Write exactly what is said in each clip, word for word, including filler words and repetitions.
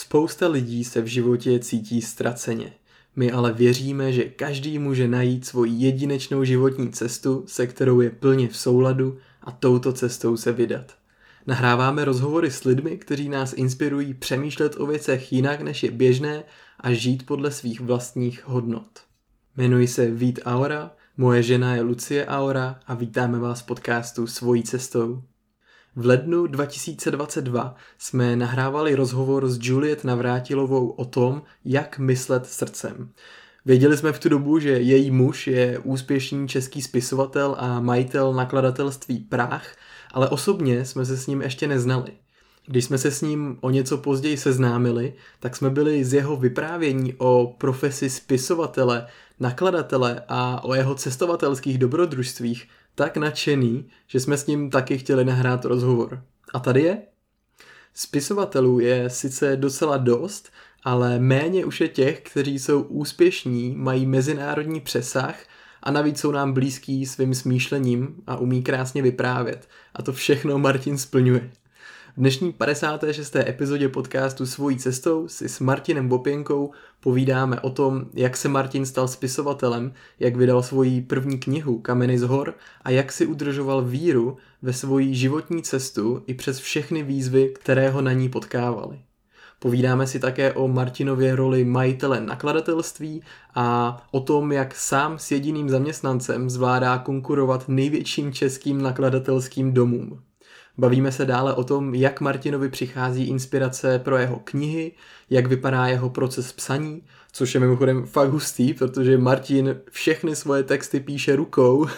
Spousta lidí se v životě cítí ztraceně. My ale věříme, že každý může najít svoji jedinečnou životní cestu, se kterou je plně v souladu a touto cestou se vydat. Nahráváme rozhovory s lidmi, kteří nás inspirují přemýšlet o věcech jinak, než je běžné a žít podle svých vlastních hodnot. Jmenuji se Vít Aura, moje žena je Lucie Aura a vítáme vás v podcastu Svojí cestou. V lednu dva tisíce dvacet dva jsme nahrávali rozhovor s Juliet Navrátilovou o tom, jak myslet srdcem. Věděli jsme v tu dobu, že její muž je úspěšný český spisovatel a majitel nakladatelství Práh, ale osobně jsme se s ním ještě neznali. Když jsme se s ním o něco později seznámili, tak jsme byli z jeho vyprávění o profesi spisovatele, nakladatele a o jeho cestovatelských dobrodružstvích tak nadšený, že jsme s ním taky chtěli nahrát rozhovor. A tady je? Spisovatelů je sice docela dost, ale méně už je těch, kteří jsou úspěšní, mají mezinárodní přesah a navíc jsou nám blízký svým smýšlením a umí krásně vyprávět. A to všechno Martin splňuje. V dnešní padesáté šesté epizodě podcastu Svojí cestou si s Martinem Vopěnkou povídáme o tom, jak se Martin stal spisovatelem, jak vydal svoji první knihu Kameny z hor a jak si udržoval víru ve svoji životní cestu i přes všechny výzvy, které ho na ní potkávaly. Povídáme si také o Martinově roli majitele nakladatelství a o tom, jak sám s jediným zaměstnancem zvládá konkurovat největším českým nakladatelským domům. Bavíme se dále o tom, jak Martinovi přichází inspirace pro jeho knihy, jak vypadá jeho proces psaní, což je mimochodem fakt hustý, protože Martin všechny svoje texty píše rukou.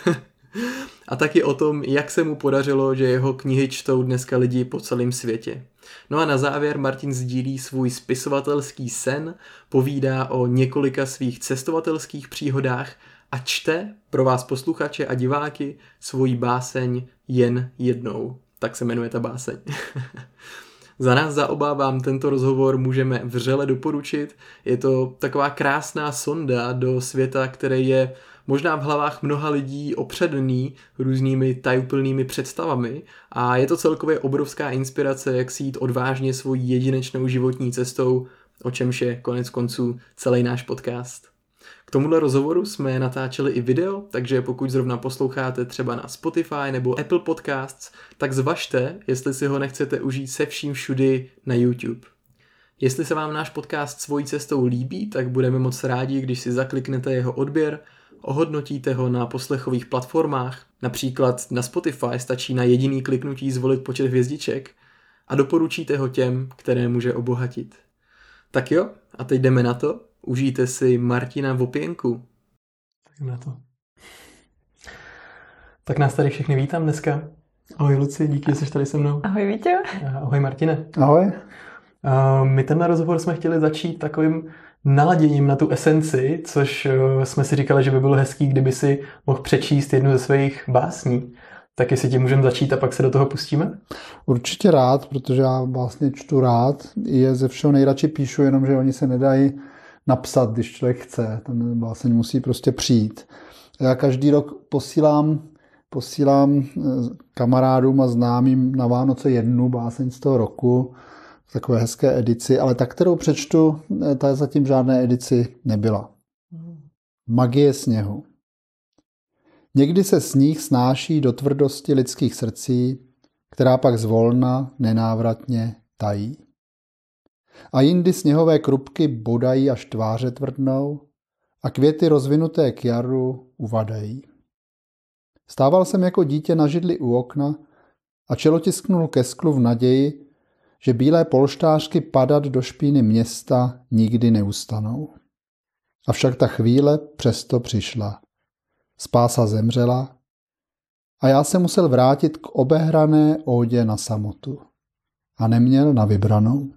A taky o tom, jak se mu podařilo, že jeho knihy čtou dneska lidi po celém světě. No a na závěr Martin sdílí svůj spisovatelský sen, povídá o několika svých cestovatelských příhodách a čte pro vás posluchače a diváky svoji báseň Jen jednou. Tak se jmenuje ta báseň. Za nás za oba vám tento rozhovor můžeme vřele doporučit. Je to taková krásná sonda do světa, který je možná v hlavách mnoha lidí opředený různými tajuplnými představami a je to celkově obrovská inspirace, jak si jít odvážně svojí jedinečnou životní cestou, o čemž je konec konců celý náš podcast. K tomuhle rozhovoru jsme natáčeli i video, takže pokud zrovna posloucháte třeba na Spotify nebo Apple Podcasts, tak zvažte, jestli si ho nechcete užít se vším všudy na YouTube. Jestli se vám náš podcast Svojí cestou líbí, tak budeme moc rádi, když si zakliknete jeho odběr, ohodnotíte ho na poslechových platformách, například na Spotify stačí na jediný kliknutí zvolit počet hvězdiček a doporučíte ho těm, které může obohatit. Tak jo, a teď jdeme na to. Užijte si Martina Vopěnku. Tak na to. Tak nás tady všechny vítám dneska. Ahoj Luci, díky, že jsi tady se mnou. Ahoj Vítě. Ahoj Martine. Ahoj. My tenhle rozhovor jsme chtěli začít takovým naladěním na tu esenci, což jsme si říkali, že by bylo hezký, kdyby si mohl přečíst jednu ze svých básní. Tak jestli ti můžeme začít a pak se do toho pustíme? Určitě rád, protože já vlastně čtu rád. Je ze všeho nejradši píšu, jenomže oni se nedají napsat, když člověk chce. Ten báseň musí prostě přijít. Já každý rok posílám, posílám kamarádům a známým na Vánoce jednu báseň z toho roku, v takové hezké edici, ale ta, kterou přečtu, ta zatím v žádné edici nebyla. Magie sněhu. Někdy se sníh snáší do tvrdosti lidských srdcí, která pak zvolna nenávratně tají. A jindy sněhové krupky bodají až tváře tvrdnou a květy rozvinuté k jaru uvadají. Stával jsem jako dítě na židli u okna a čelo tisknul ke sklu v naději, že bílé polštářky padat do špíny města nikdy neustanou. Avšak ta chvíle přesto přišla. Spása zemřela a já se musel vrátit k obehrané ódě na samotu. A neměl na vybranou.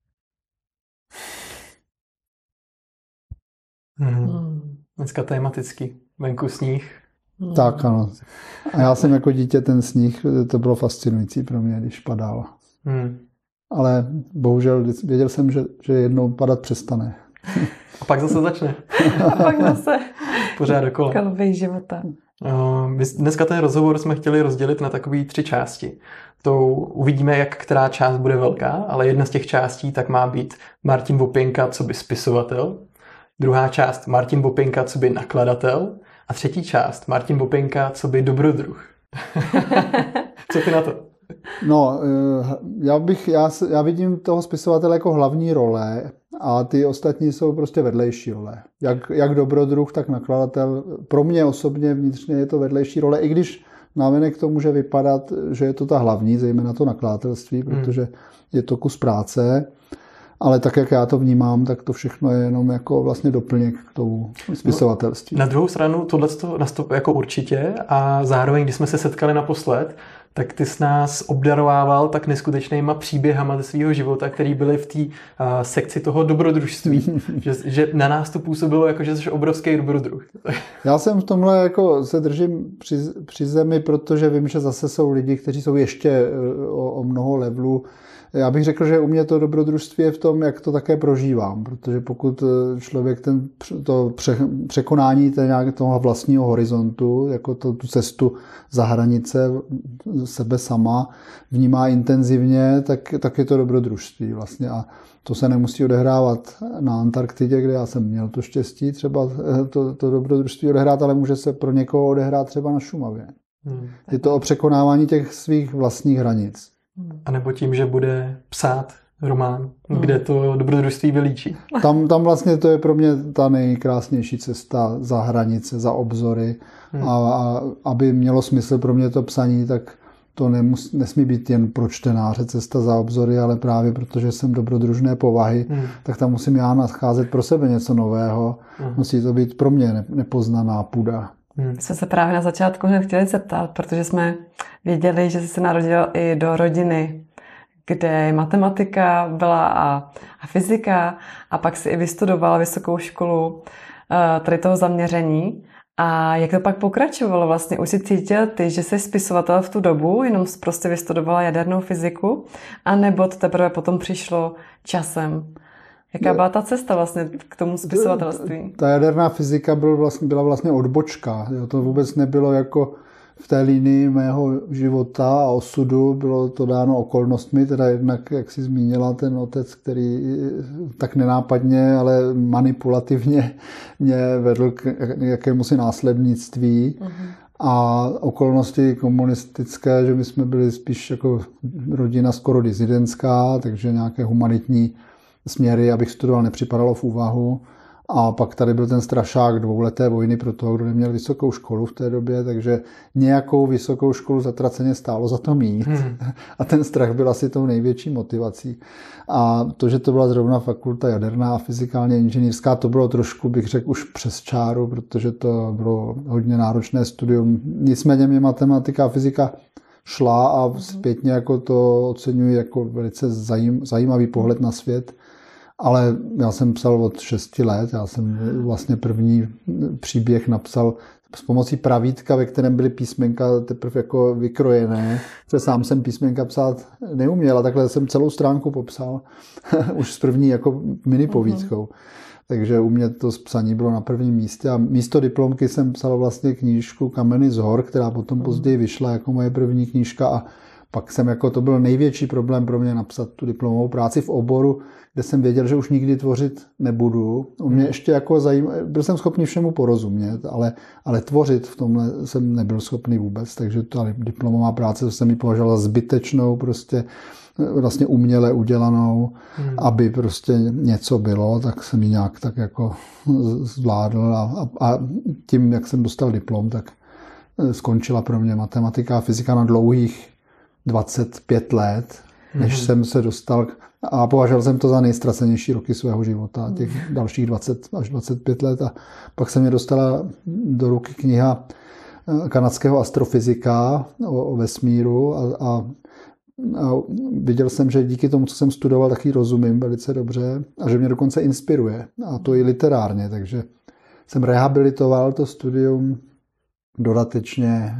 Hmm. Dneska tematický. Venku sníh. Hmm. Tak ano. A já jsem jako dítě ten sníh, to bylo fascinující pro mě, když padal. Hmm. Ale bohužel věděl jsem, že, že jednou padat přestane. A pak zase začne. A pak zase. Pořád dokola. Koloběh života. Dneska ten rozhovor jsme chtěli rozdělit na takové tři části. To uvidíme, jak která část bude velká, ale jedna z těch částí tak má být Martin Vopěnka coby spisovatel, druhá část Martin Vopěnka coby nakladatel a třetí část Martin Vopěnka coby dobrodruh. Co ty na to? No, já bych, já, já vidím toho spisovatele jako hlavní role a ty ostatní jsou prostě vedlejší role. Jak, jak dobrodruh, tak nakladatel. Pro mě osobně vnitřně je to vedlejší role, i když návenek to může vypadat, že je to ta hlavní, zejména to nakladatelství, protože je to kus práce. Ale tak, jak já to vnímám, tak to všechno je jenom jako vlastně doplněk k tomu spisovatelství. Na druhou stranu tohle nastupuje jako určitě a zároveň, když jsme se setkali naposled, tak ty jsi nás obdarovával tak neskutečnýma příběhama ze svého života, který byly v té uh, sekci toho dobrodružství. že, že na nás to působilo jako, že jsi obrovský dobrodruh. Já jsem v tomhle jako se držím při, při zemi, protože vím, že zase jsou lidi, kteří jsou ještě o, o mnoho levelů. Já bych řekl, že u mě to dobrodružství je v tom, jak to také prožívám, protože pokud člověk ten, to pře, překonání té nějak toho vlastního horizontu, jako to, tu cestu za hranice sebe sama vnímá intenzivně, tak, tak je to dobrodružství vlastně. A to se nemusí odehrávat na Antarktidě, kde já jsem měl to štěstí třeba to, to dobrodružství odehrát, ale může se pro někoho odehrát třeba na Šumavě. Hmm. Je to o překonávání těch svých vlastních hranic. A nebo tím, že bude psát román, kde to dobrodružství vylíčí. Tam, tam vlastně to je pro mě ta nejkrásnější cesta za hranice, za obzory. Hmm. A, a aby mělo smysl pro mě to psaní, tak to nemus, nesmí být jen pro čtenáře cesta za obzory, ale právě protože jsem dobrodružné povahy, hmm. tak tam musím já nacházet pro sebe něco nového. Hmm. Musí to být pro mě nepoznaná půda. Hmm. Jsme se právě na začátku chtěli zeptat, protože jsme věděli, že jsi se narodil i do rodiny, kde matematika byla a, a fyzika a pak si i vystudoval vysokou školu tady toho zaměření. A jak to pak pokračovalo vlastně? Už si cítil ty, že jsi spisovatel v tu dobu, jenom jsi prostě vystudovala jadernou fyziku, anebo to teprve potom přišlo časem? Jaká byla ta cesta vlastně k tomu spisovatelství? Ta jaderná fyzika byl vlastně, byla vlastně odbočka. Jo? To vůbec nebylo jako v té linii mého života a osudu. Bylo to dáno okolnostmi, teda jednak, jak jsi zmínila, ten otec, který tak nenápadně, ale manipulativně mě vedl k jakémusi následnictví. Uh-huh. A okolnosti komunistické, že my jsme byli spíš jako rodina skoro disidentská, takže nějaké humanitní směry, abych studoval, nepřipadalo v úvahu. A pak tady byl ten strašák dvouleté vojny pro toho, kdo neměl vysokou školu v té době, takže nějakou vysokou školu zatraceně stálo za to mít. Hmm. A ten strach byl asi tou největší motivací. A to, že to byla zrovna fakulta jaderná a fyzikálně inženýrská, to bylo trošku, bych řekl, už přes čáru, protože to bylo hodně náročné studium. Nicméně mě matematika a fyzika šla a zpětně jako to oceňuji jako velice zajím, zajímavý pohled na svět. Ale já jsem psal od šesti let, já jsem vlastně první příběh napsal s pomocí pravítka, ve kterém byly písmenka teprve jako vykrojené, protože sám jsem písmenka psát neuměl a takhle jsem celou stránku popsal, už s první jako mini povídkou. Takže u mě to psaní bylo na prvním místě a místo diplomky jsem psal vlastně knížku Kameny z hor, která potom později vyšla jako moje první knížka a pak jsem jako, to byl největší problém pro mě napsat tu diplomovou práci v oboru, kde jsem věděl, že už nikdy tvořit nebudu. U mě ještě jako zajím, byl jsem schopný všemu porozumět, ale, ale tvořit v tomhle jsem nebyl schopný vůbec, takže ta diplomová práce jsem ji považoval za zbytečnou, prostě vlastně uměle udělanou, hmm. aby prostě něco bylo, tak jsem ji nějak tak jako zvládl a, a, a tím, jak jsem dostal diplom, tak skončila pro mě matematika a fyzika na dlouhých dvacet pět let, než mm-hmm. jsem se dostal a považoval jsem to za nejztracenější roky svého života, těch mm. dalších dvacet až dvacet pět let a pak se mě dostala do ruky kniha kanadského astrofyzika o, o vesmíru a, a, a viděl jsem, že díky tomu, co jsem studoval, taky rozumím velice dobře a že mě dokonce inspiruje a to i literárně, takže jsem rehabilitoval to studium dodatečně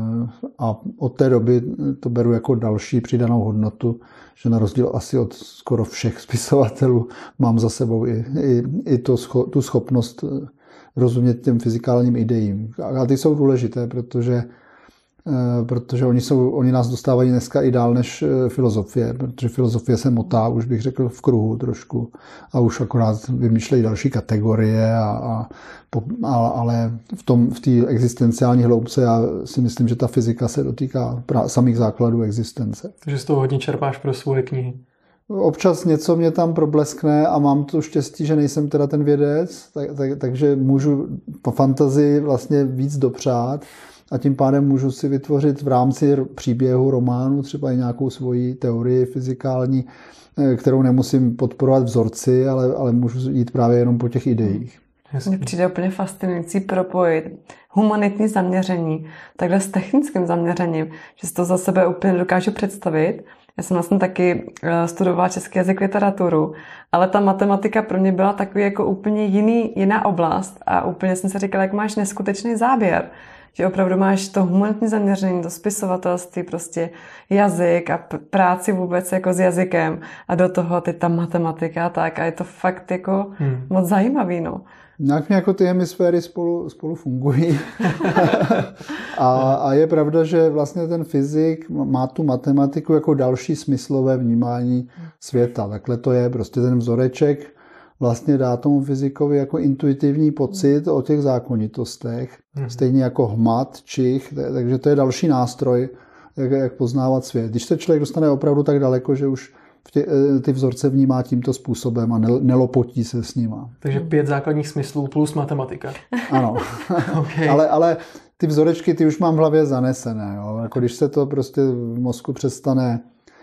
a od té doby to beru jako další přidanou hodnotu, že na rozdíl asi od skoro všech spisovatelů mám za sebou i, i, i to, tu schopnost rozumět těm fyzikálním ideím. A ty jsou důležité, protože protože oni, jsou, oni nás dostávají dneska i dál než filozofie, protože filozofie se motá, už bych řekl, v kruhu trošku a už akorát vymýšlejí další kategorie, a, a, a, ale v tom, v té existenciální hloubce já si myslím, že ta fyzika se dotýká pra, samých základů existence. Takže z toho hodně čerpáš pro svoje knihy. Občas něco mě tam probleskne a mám to štěstí, že nejsem teda ten vědec, tak, tak, takže můžu po fantazii vlastně víc dopřát. A tím pádem můžu si vytvořit v rámci příběhu románu třeba i nějakou svoji teorii fyzikální, kterou nemusím podporovat vzorci, ale, ale můžu jít právě jenom po těch ideích. Mně přijde úplně fascinující propojit humanitní zaměření takhle s technickým zaměřením, že si to za sebe úplně dokážu představit. Já jsem vlastně taky studovala český jazyk, literaturu, ale ta matematika pro mě byla takový jako úplně jiný, jiná oblast a úplně jsem si říkala, jak máš neskutečný záběr. Že opravdu máš to humanitní zaměření, to spisovatelství, prostě jazyk a práci vůbec jako s jazykem a do toho ty ta matematika tak a je to fakt jako hmm. moc zajímavý, no. Nějak mě jako ty hemisféry spolu, spolu fungují. a, a je pravda, že vlastně ten fyzik má tu matematiku jako další smyslové vnímání světa. Takhle to je, prostě ten vzoreček vlastně dá tomu fyzikovi jako intuitivní pocit o těch zákonitostech, hmm. stejně jako hmat, čich, takže to je další nástroj, jak, jak poznávat svět. Když se člověk dostane opravdu tak daleko, že už tě, ty vzorce vnímá tímto způsobem a nelopotí se s nima. Takže pět základních smyslů plus matematika. Ano, okay. ale, ale ty vzorečky ty už mám v hlavě zanesené. Jo? Jako když se to prostě v mozku přestane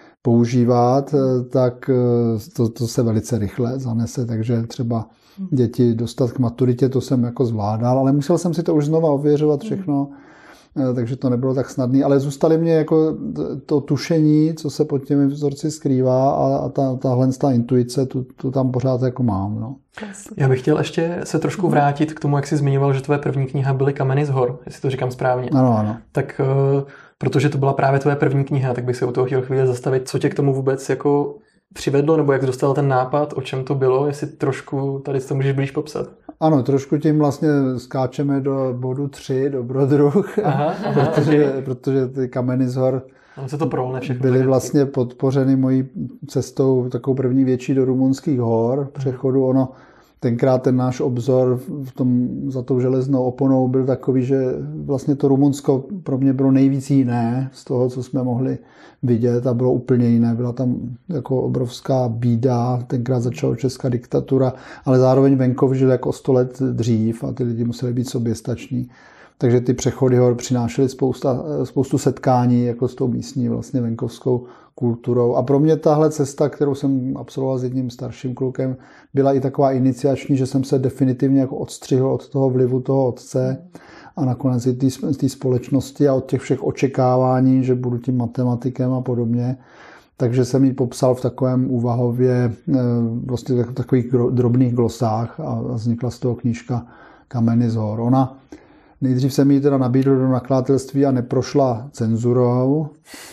používat, tak to, to se velice rychle zanese, takže třeba děti dostat k maturitě, to jsem jako zvládal, ale musel jsem si to už znova ověřovat všechno, takže to nebylo tak snadné, ale zůstaly mě jako to tušení, co se pod těmi vzorci skrývá a, a ta, tahle ta intuice, tu, tu tam pořád jako mám. No. Já bych chtěl ještě se trošku vrátit k tomu, jak jsi zmiňoval, že tvoje první kniha byly Kameny z hor, jestli to říkám správně. Ano, ano. Tak protože to byla právě tvoje první kniha, tak bych se u toho chtěl chvíli zastavit. Co tě k tomu vůbec jako přivedlo, nebo jak dostal ten nápad, o čem to bylo, jestli trošku tady to můžeš blíž popsat? Ano, trošku tím vlastně skáčeme do bodu tři, dobrodruh, aha, aha, protože, okay. protože ty Kameny z hor se to prolne všechno byly vlastně podpořeny mojí cestou takovou první větší do rumunských hor, přechodu. Ono tenkrát ten náš obzor v tom, za tou železnou oponou byl takový, že vlastně to Rumunsko pro mě bylo nejvíc jiné z toho, co jsme mohli vidět a bylo úplně jiné. Byla tam jako obrovská bída, tenkrát začala česká diktatura, ale zároveň venkov žil jako sto let dřív a ty lidi museli být soběstační. Takže ty přechody hor přinášely spousta, spoustu setkání jako s tou místní vlastně venkovskou kulturou. A pro mě tahle cesta, kterou jsem absolvoval s jedním starším klukem, byla i taková iniciační, že jsem se definitivně jako odstřihl od toho vlivu toho otce a nakonec i té společnosti a od těch všech očekávání, že budu tím matematikem a podobně. Takže jsem ji popsal v takovém úvahově, vlastně takových drobných glosách a vznikla z toho knížka Kameny z hor. Ona Nejdřív jsem ji teda nabídl do nakladatelství a neprošla cenzurou.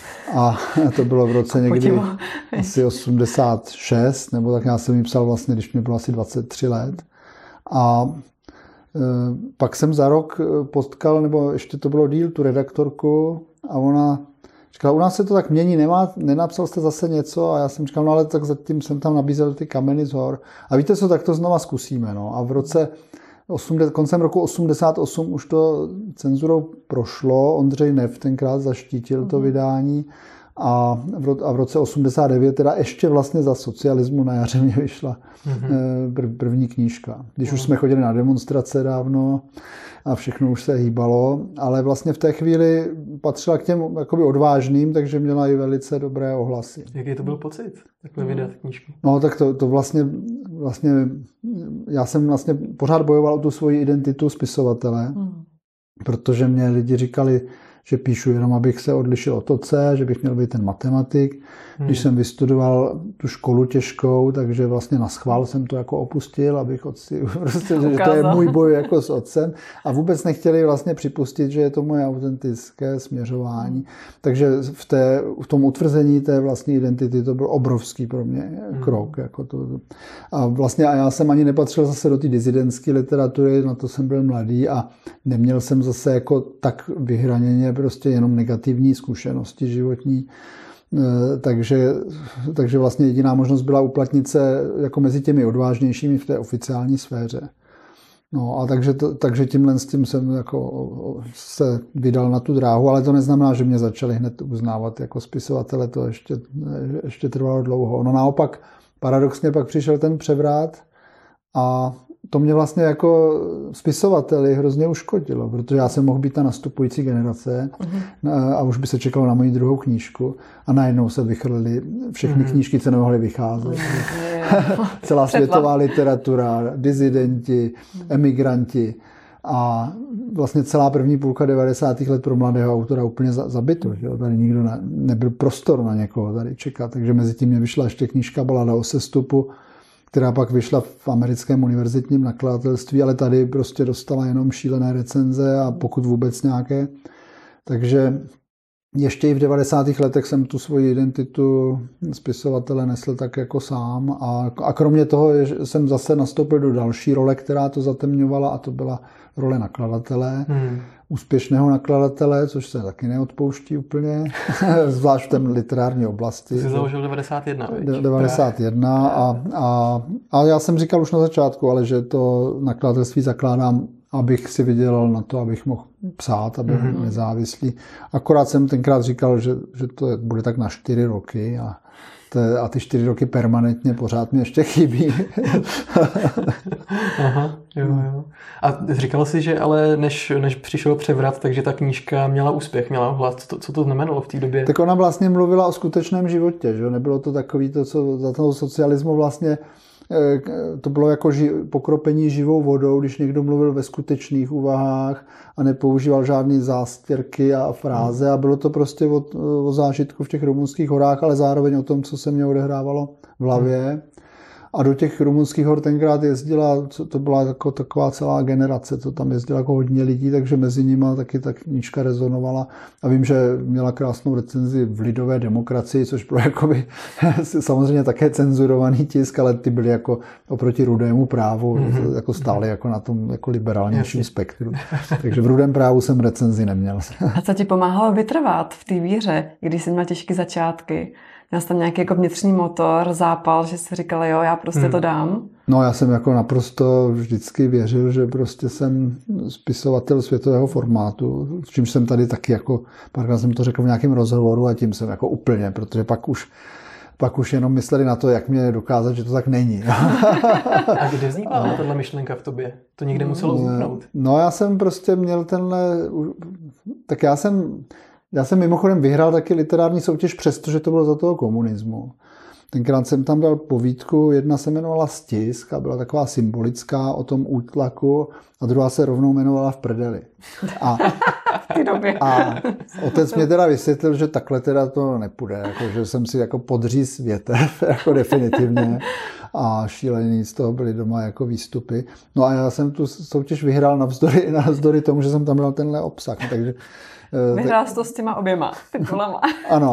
A to bylo v roce někdy asi osmdesát šest, nebo tak já jsem ji psal vlastně, když mě bylo asi dvacet tři let. A e, pak jsem za rok potkal, nebo ještě to bylo díl, tu redaktorku a ona říkala, u nás se to tak mění, nemá, nenapsal jste zase něco? A já jsem říkal, no ale tak zatím jsem tam nabízel ty Kameny z hor. A víte co, tak to znova zkusíme. No. A v roce osmdesát, koncem roku osmdesát osm už to cenzurou prošlo, Ondřej Neff tenkrát zaštítil to vydání a v roce osmdesát devět teda ještě vlastně za socialismu na jaře mě vyšla mm-hmm. první knížka. Když mm. už jsme chodili na demonstrace dávno a všechno už se hýbalo, ale vlastně v té chvíli patřila k těm jakoby odvážným, takže měla i velice dobré ohlasy. Jaký to byl pocit, takhle vydat knížku? No tak to, to vlastně, vlastně, já jsem vlastně pořád bojoval o tu svoji identitu spisovatele, mm. protože mě lidi říkali, že píšu jenom, abych se odlišil od oce, že bych měl být ten matematik. Hmm. Když jsem vystudoval tu školu těžkou, takže vlastně na schvál jsem to jako opustil, abych otci, prostě, že to je můj boj jako s otcem a vůbec nechtěli vlastně připustit, že je to moje autentické směřování. Takže v, té, v tom utvrzení té vlastní identity to byl obrovský pro mě hmm. krok. Jako to. A vlastně a já jsem ani nepatřil zase do té disidentské literatury, na to jsem byl mladý a neměl jsem zase jako tak vyhraněně prostě jenom negativní zkušenosti životní. Takže, takže vlastně jediná možnost byla uplatnit se jako mezi těmi odvážnějšími v té oficiální sféře. No a takže, to, takže tímhle s tím jsem jako se vydal na tu dráhu, ale to neznamená, že mě začali hned uznávat jako spisovatele, to ještě, ještě trvalo dlouho. No naopak paradoxně pak přišel ten převrat a to mě vlastně jako spisovateli hrozně uškodilo, protože já jsem mohl být ta nastupující generace uh-huh. a už by se čekalo na moji druhou knížku a najednou se vychrlily všechny uh-huh. knížky, co nemohly vycházet. Uh-huh. Celá světová literatura, disidenti, emigranti a vlastně celá první půlka devadesátých let pro mladého autora úplně zabito. Že? Tady nikdo ne, nebyl prostor na někoho tady čekat, takže mezi tím mě vyšla ještě knížka Balada o sestupu, která pak vyšla v americkém univerzitním nakladatelství, ale tady prostě dostala jenom šílené recenze a pokud vůbec nějaké. Takže ještě i v devadesátých letech jsem tu svoji identitu spisovatele nesl tak jako sám a, a kromě toho jsem zase nastoupil do další role, která to zatemňovala a to byla role nakladatele. Hmm. Úspěšného nakladatele, což se taky neodpouští úplně, zvlášť v té literární oblasti. Jsi založil devadesát jedna, viď? devadesát jedna a, a, a já jsem říkal už na začátku, ale že to nakladatelství zakládám, abych si vydělal na to, abych mohl psát, aby byl mm-hmm. nezávislý. Akorát jsem tenkrát říkal, že, že to bude tak na čtyři roky a a ty čtyři roky permanentně pořád mi ještě chybí. Aha, jo, jo. A říkal jsi, že ale než, než přišel převrat, takže ta knížka měla úspěch, měla hlad. Co, co to znamenalo v té době? Tak ona vlastně mluvila o skutečném životě, že? Nebylo to takový to, co za toho socialismu vlastně to bylo jako ži, pokropení živou vodou, když někdo mluvil ve skutečných úvahách a nepoužíval žádný zástěrky a fráze a bylo to prostě o, o zážitku v těch rumunských horách, ale zároveň o tom, co se mně odehrávalo v hlavě. A do těch rumunských hor tenkrát jezdila, to byla jako taková celá generace, to tam jezdilo jako hodně lidí, takže mezi nimi taky ta knížka rezonovala. A vím, že měla krásnou recenzi v Lidové demokracii, což bylo jakoby, samozřejmě také cenzurovaný tisk, ale ty byly jako oproti Rudému právu, mm-hmm. jako stály jako na tom jako liberálnějším spektru. Takže v Rudém právu jsem recenzi neměl. A co ti pomáhalo vytrvat v té víře, když jsi měl těžké začátky? Měl jsi tam nějaký jako vnitřní motor, zápal, že jsi říkal, jo, já prostě hmm. to dám? No já jsem jako naprosto vždycky věřil, že prostě jsem spisovatel světového formátu, s čímž jsem tady taky jako, párkrát jsem to řekl v nějakém rozhovoru a tím jsem jako úplně, protože pak už pak už jenom mysleli na to, jak mě dokázat, že to tak není. A kde vznikla no. tato myšlenka v tobě? To někde muselo vzniknout? No já jsem prostě měl tenhle, tak já jsem Já jsem mimochodem vyhrál taky literární soutěž, přestože to bylo za toho komunismu. Tenkrát jsem tam dal povídku, jedna se jmenovala Stisk a byla taková symbolická o tom útlaku a druhá se rovnou jmenovala V prdeli. A, a otec mě teda vysvětlil, že takhle teda to nepůjde, jako, že jsem si jako podříz větev, jako definitivně. A šílený z toho byly doma jako výstupy. No a já jsem tu soutěž vyhrál navzdory, navzdory tomu, že jsem tam dal tenhle obsah. Takže vyhrál jsi to s těma oběma titulama. Ano.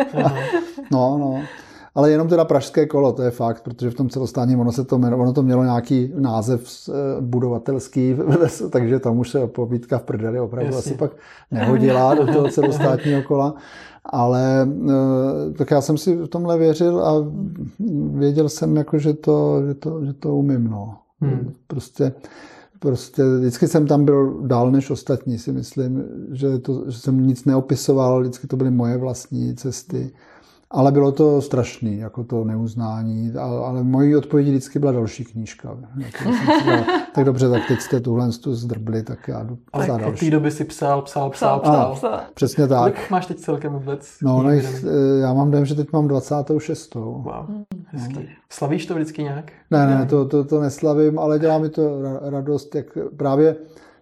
No, no. Ale jenom teda Pražské kolo, to je fakt, protože v tom celostátním ono, se to, ono to mělo nějaký název budovatelský, takže tam už se povídka V prdeli opravdu Jasně. asi pak nehodila do toho celostátního kola. Ale tak já jsem si v tomhle věřil a věděl jsem, jako, že, to, že, to, že to umím. No. Hmm. Prostě Prostě vždycky jsem tam byl dál než ostatní, si myslím, že, to, že jsem nic neopisoval, vždycky to byly moje vlastní cesty. Ale bylo to strašný, jako to neuznání, ale, ale mojí odpovědí vždycky byla další knížka. Říkal, tak dobře, tak teď jste tuhle tu zdrbli, tak já jdu psát další. Od té doby si psal, psal, psal, psal. psal. Přesně tak. Kolik máš teď celkem vůbec? No, no já mám dojem, že teď mám dvacátou šestou Wow, hezký. No. Slavíš to vždycky nějak? Ne, ne, to, to, to neslavím, ale dělá mi to radost, jak právě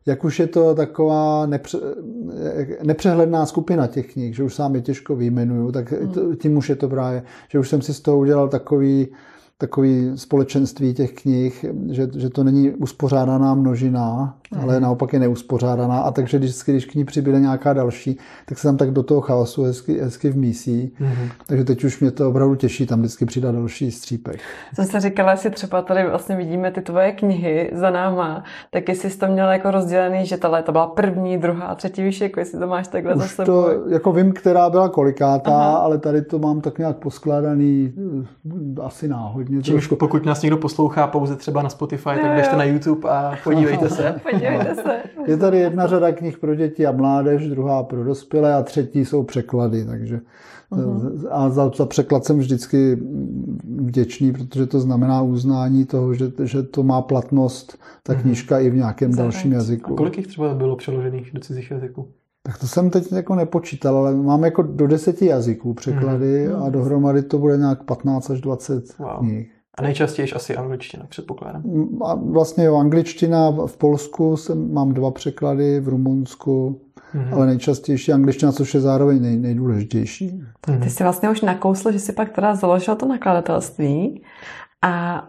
jak už je to taková nepře, nepřehledná skupina těch knih, že už sám je těžko vyjmenuju, tak hmm. tím už je to právě, že už jsem si z toho udělal takový takový společenství těch knih, že, že to není uspořádaná množina, mm. ale naopak je neuspořádaná. A takže když, když k ní přibyde nějaká další, tak se tam tak do toho chaosu hezky, hezky vmísí. Mm. Takže teď už mě to opravdu těší tam vždycky přidat další střípek. Jsem se říkala, jestli třeba tady vlastně vidíme ty tvoje knihy za náma, tak jestli jsi to měl jako rozdělený, že tahle to byla první, druhá a třetí výš, jako jestli to máš takhle už za sebou. To, jako vím, která byla kolikátá, Aha. ale tady to mám tak nějak poskládaný asi náhodně. Čímž pokud nás někdo poslouchá pouze třeba na Spotify, tak běžte na YouTube a podívejte se. podívejte se. Je tady jedna řada knih pro děti a mládež, druhá pro dospělé a třetí jsou překlady. Takže uh-huh. A za, za překlad jsem vždycky vděčný, protože to znamená uznání toho, že, že to má platnost, ta knížka uh-huh. i v nějakém Zahraničí. dalším jazyku. A kolik jich třeba bylo přeložených do cizích jazyků? Tak to jsem teď jako nepočítal, ale mám jako do deseti jazyků překlady mm. a dohromady to bude nějak patnáct až dvacet wow. knih. A nejčastěji asi angličtina, předpokládám. A vlastně jo, angličtina v Polsku jsem, mám dva překlady, v Rumunsku, mm. ale nejčastější angličtina, což je zároveň nej, nejdůležitější. Mm. Ty jsi vlastně už nakousl, že jsi pak teda založil to nakladatelství a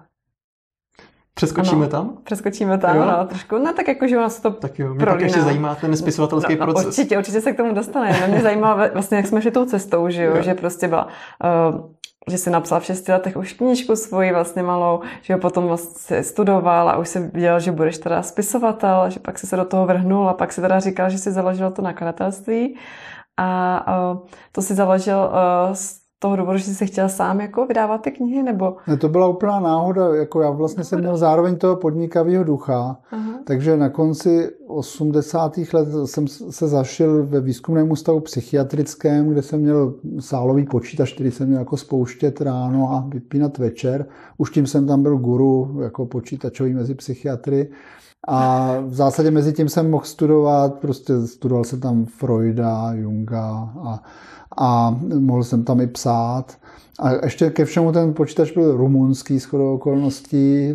Přeskočíme ano, tam? Přeskočíme tam, jo? No, trošku. No tak jako, že vás to Tak jo, mě pak ještě zajímá ten spisovatelský no, no, proces. Určitě, určitě se k tomu dostane. Mě zajímá vlastně, jak jsme šli tou cestou, že jo, jo. že prostě byla, uh, že jsi napsal v šesti letech už knížku svoji vlastně malou, že jo, potom vlastně studoval a už si viděl, že budeš teda spisovatel, že pak jsi se do toho vrhnul a pak si teda říkal, že jsi založil to nakladatelství a uh, to si založil uh, toho důvodu, že jsi si chtěl sám jako vydávat ty knihy, nebo? Ne, to byla úplná náhoda, jako já vlastně jsem měl zároveň toho podnikavého ducha, Aha. takže na konci osmdesátých let jsem se zašel ve výzkumném ústavu psychiatrickém, kde jsem měl sálový počítač, který jsem měl jako spouštět ráno a vypínat večer. Už tím jsem tam byl guru, jako počítačový mezi psychiatry. A v zásadě mezi tím jsem mohl studovat, prostě studoval jsem tam Freuda, Junga a a mohl jsem tam i psát. A ještě ke všemu ten počítač byl rumunský shodou okolností.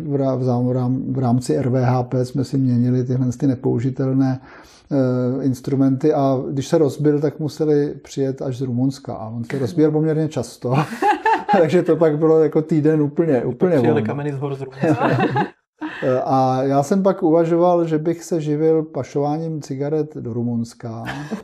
V rámci R V H P jsme si měnili tyhle ty nepoužitelné e, instrumenty a když se rozbil, tak museli přijet až z Rumunska. A on se rozbíjel poměrně často. Takže to pak bylo jako týden úplně, úplně přijeli kameny z hor z Rumunska. A já jsem pak uvažoval, že bych se živil pašováním cigaret do Rumunska,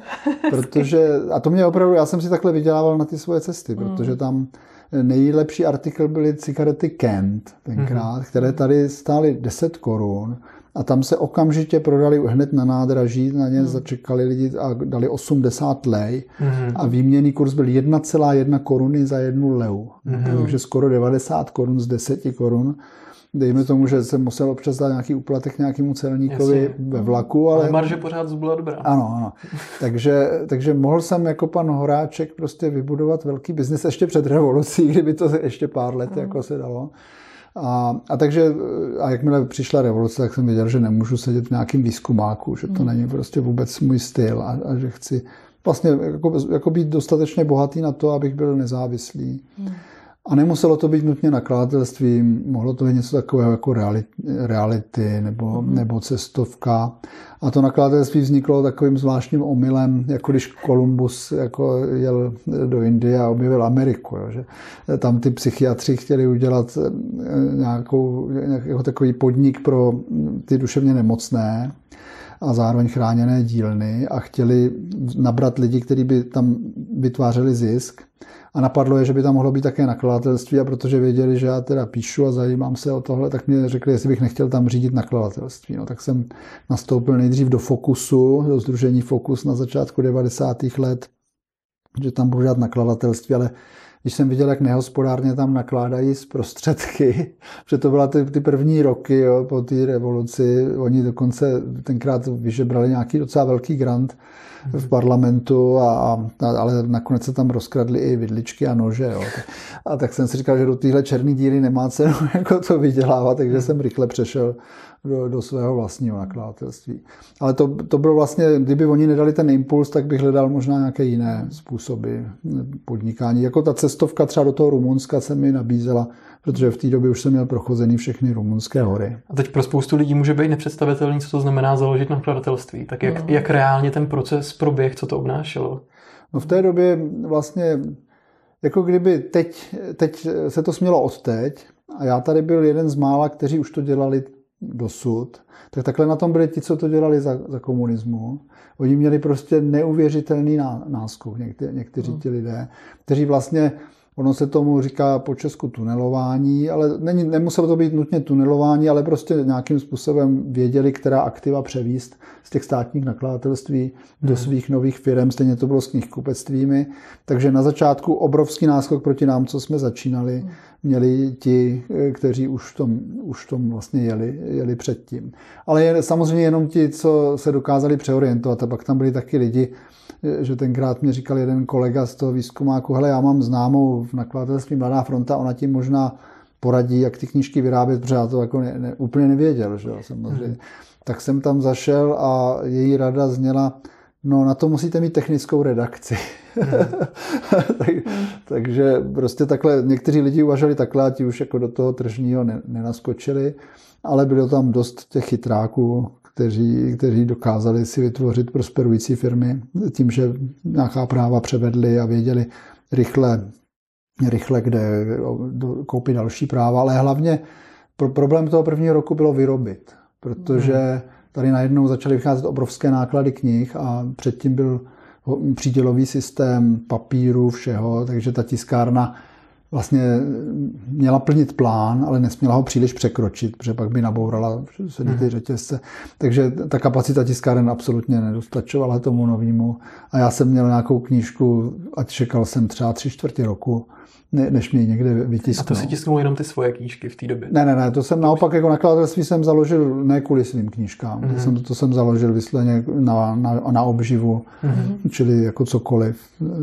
protože, a to mě opravdu, já jsem si takhle vydělával na ty svoje cesty, protože tam nejlepší artikl byly cigarety Kent tenkrát, mm-hmm. které tady stály deset korun a tam se okamžitě prodali hned na nádraží, na ně mm. začekali lidi a dali osmdesát lej mm. a výměnný kurz byl jedna celá jedna koruny za jednu leu, mm. takže skoro devadesát korun z deseti korun. Dejme tomu, že jsem musel občas dát nějaký úplatek nějakému celníkovi Jasně. ve vlaku. Ale, ale marže pořád byla dobrá. Ano, ano. takže, takže mohl jsem jako pan Horáček prostě vybudovat velký biznis ještě před revolucí, kdyby to ještě pár let mm. jako se dalo. A, a takže, a jakmile přišla revoluce, tak jsem věděl, že nemůžu sedět v nějakým výzkumáku, že to mm. není prostě vůbec můj styl a, a že chci vlastně jako, jako být dostatečně bohatý na to, abych byl nezávislý. Mm. A nemuselo to být nutně nakladatelstvím, mohlo to být něco takového jako reality, reality nebo, mm. nebo cestovka. A to nakladatelství vzniklo takovým zvláštním omylem, jako když Kolumbus jako jel do Indie a objevil Ameriku. Jo, že tam ty psychiatři chtěli udělat nějakou, jako takový podnik pro ty duševně nemocné a zároveň chráněné dílny a chtěli nabrat lidi, kteří by tam vytvářeli zisk. A napadlo je, že by tam mohlo být také nakladatelství a protože věděli, že já teda píšu a zajímám se o tohle, tak mě řekli, jestli bych nechtěl tam řídit nakladatelství. No, tak jsem nastoupil nejdřív do Fokusu, do sdružení Fokus na začátku devadesátých let, že tam budu dělat nakladatelství, ale když jsem viděl, jak nehospodárně tam nakládají z prostředky, že to byla ty, ty první roky jo, po té revoluci, oni dokonce tenkrát vyžebrali nějaký docela velký grant v parlamentu, a, a, ale nakonec se tam rozkradly i vidličky a nože. Jo. A tak jsem si říkal, že do téhle černé díry nemá cenu jako to vydělávat, takže jsem rychle přešel do, do svého vlastního nakladatelství. Ale to, to bylo vlastně, kdyby oni nedali ten impuls, tak bych hledal možná nějaké jiné způsoby podnikání. Jako ta cesta cestovka třeba do toho Rumunska se mi nabízela, protože v té době už jsem měl prochozený všechny rumunské hory. A teď pro spoustu lidí může být nepředstavitelný, co to znamená založit nakladatelství. Tak jak, jak reálně ten proces proběh, co to obnášelo? No v té době vlastně, jako kdyby teď, teď se to smělo od teď, a já tady byl jeden z mála, kteří už to dělali dosud, tak takhle na tom byli ti, co to dělali za, za komunismu. Oni měli prostě neuvěřitelný náskok, někte, někteří ti lidé, kteří vlastně, ono se tomu říká po česku tunelování, ale není, nemuselo to být nutně tunelování, ale prostě nějakým způsobem věděli, která aktiva převíst z těch státních nakladatelství do svých nových firem. Stejně to bylo s knihkupectvími. Takže na začátku obrovský náskok proti nám, co jsme začínali, měli ti, kteří už v tom, už v tom vlastně jeli, jeli předtím. Ale je, samozřejmě jenom ti, co se dokázali přeorientovat. A pak tam byli taky lidi, že tenkrát mě říkal jeden kolega z toho výzkumáku, hele, já mám známou v nakladatelství Mladá fronta, ona ti možná poradí, jak ty knížky vyrábět, protože já to jako ne, ne, úplně nevěděl, že jo, samozřejmě. Hmm. Tak jsem tam zašel a její rada zněla, no na to musíte mít technickou redakci. Hmm. tak, takže prostě takhle, někteří lidi uvažovali takhle a ti už jako do toho tržního nenaskočili, ale bylo tam dost těch chytráků, kteří, kteří dokázali si vytvořit prosperující firmy tím, že nějaká práva převedli a věděli rychle, rychle kde koupit další práva, ale hlavně problém toho prvního roku bylo vyrobit, protože tady najednou začaly vycházet obrovské náklady knih a předtím byl přídělový systém papíru, všeho, takže ta tiskárna vlastně měla plnit plán, ale nesměla ho příliš překročit, protože pak by nabourala celý ty řetězce. Takže ta kapacita tiskáren absolutně nedostačovala tomu novému. A já jsem měl nějakou knížku a čekal jsem třeba tři čtvrtě roku, než mě někde vytisknou. A to si tisknul jenom ty svoje knížky v té době? Ne, ne, ne, to jsem naopak jako nakladatelství jsem založil ne kvůli svým knížkám. Mm-hmm. To, jsem, to jsem založil vysloveně na, na, na obživu, mm-hmm. čili jako cokoliv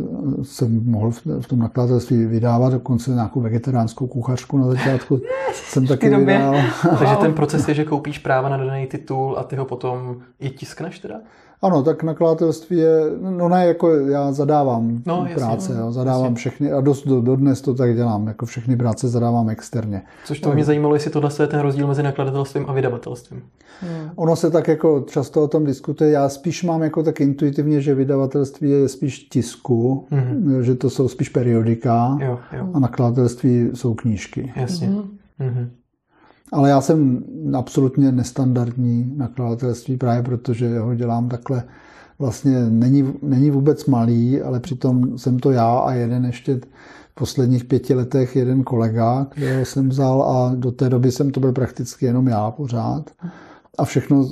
jsem mohl v, v tom nakladatelství vydávat, dokonce nějakou vegetariánskou kuchařku na začátku jsem taky vydal. Takže ten proces je, že koupíš práva na daný titul a ty ho potom i tiskneš teda? Ano, tak nakladatelství je, no ne, jako já zadávám no, práce, jasně, jo, zadávám jasně. všechny a dost do, dodnes to tak dělám, jako všechny práce zadávám externě. Což to mě zajímalo, jestli tohle je ten rozdíl mezi nakladatelstvím a vydavatelstvím. Hmm. Ono se tak jako často o tom diskutuje, já spíš mám jako tak intuitivně, že vydavatelství je spíš tisku, hmm. že to jsou spíš periodika jo, jo. a nakladatelství jsou knížky. Jasně. Hmm. Hmm. Ale já jsem absolutně nestandardní nakladatelství právě protože ho dělám takhle. Vlastně není, není vůbec malý, ale přitom jsem to já a jeden ještě v posledních pěti letech jeden kolega, kterého jsem vzal a do té doby jsem to byl prakticky jenom já pořád. A všechno,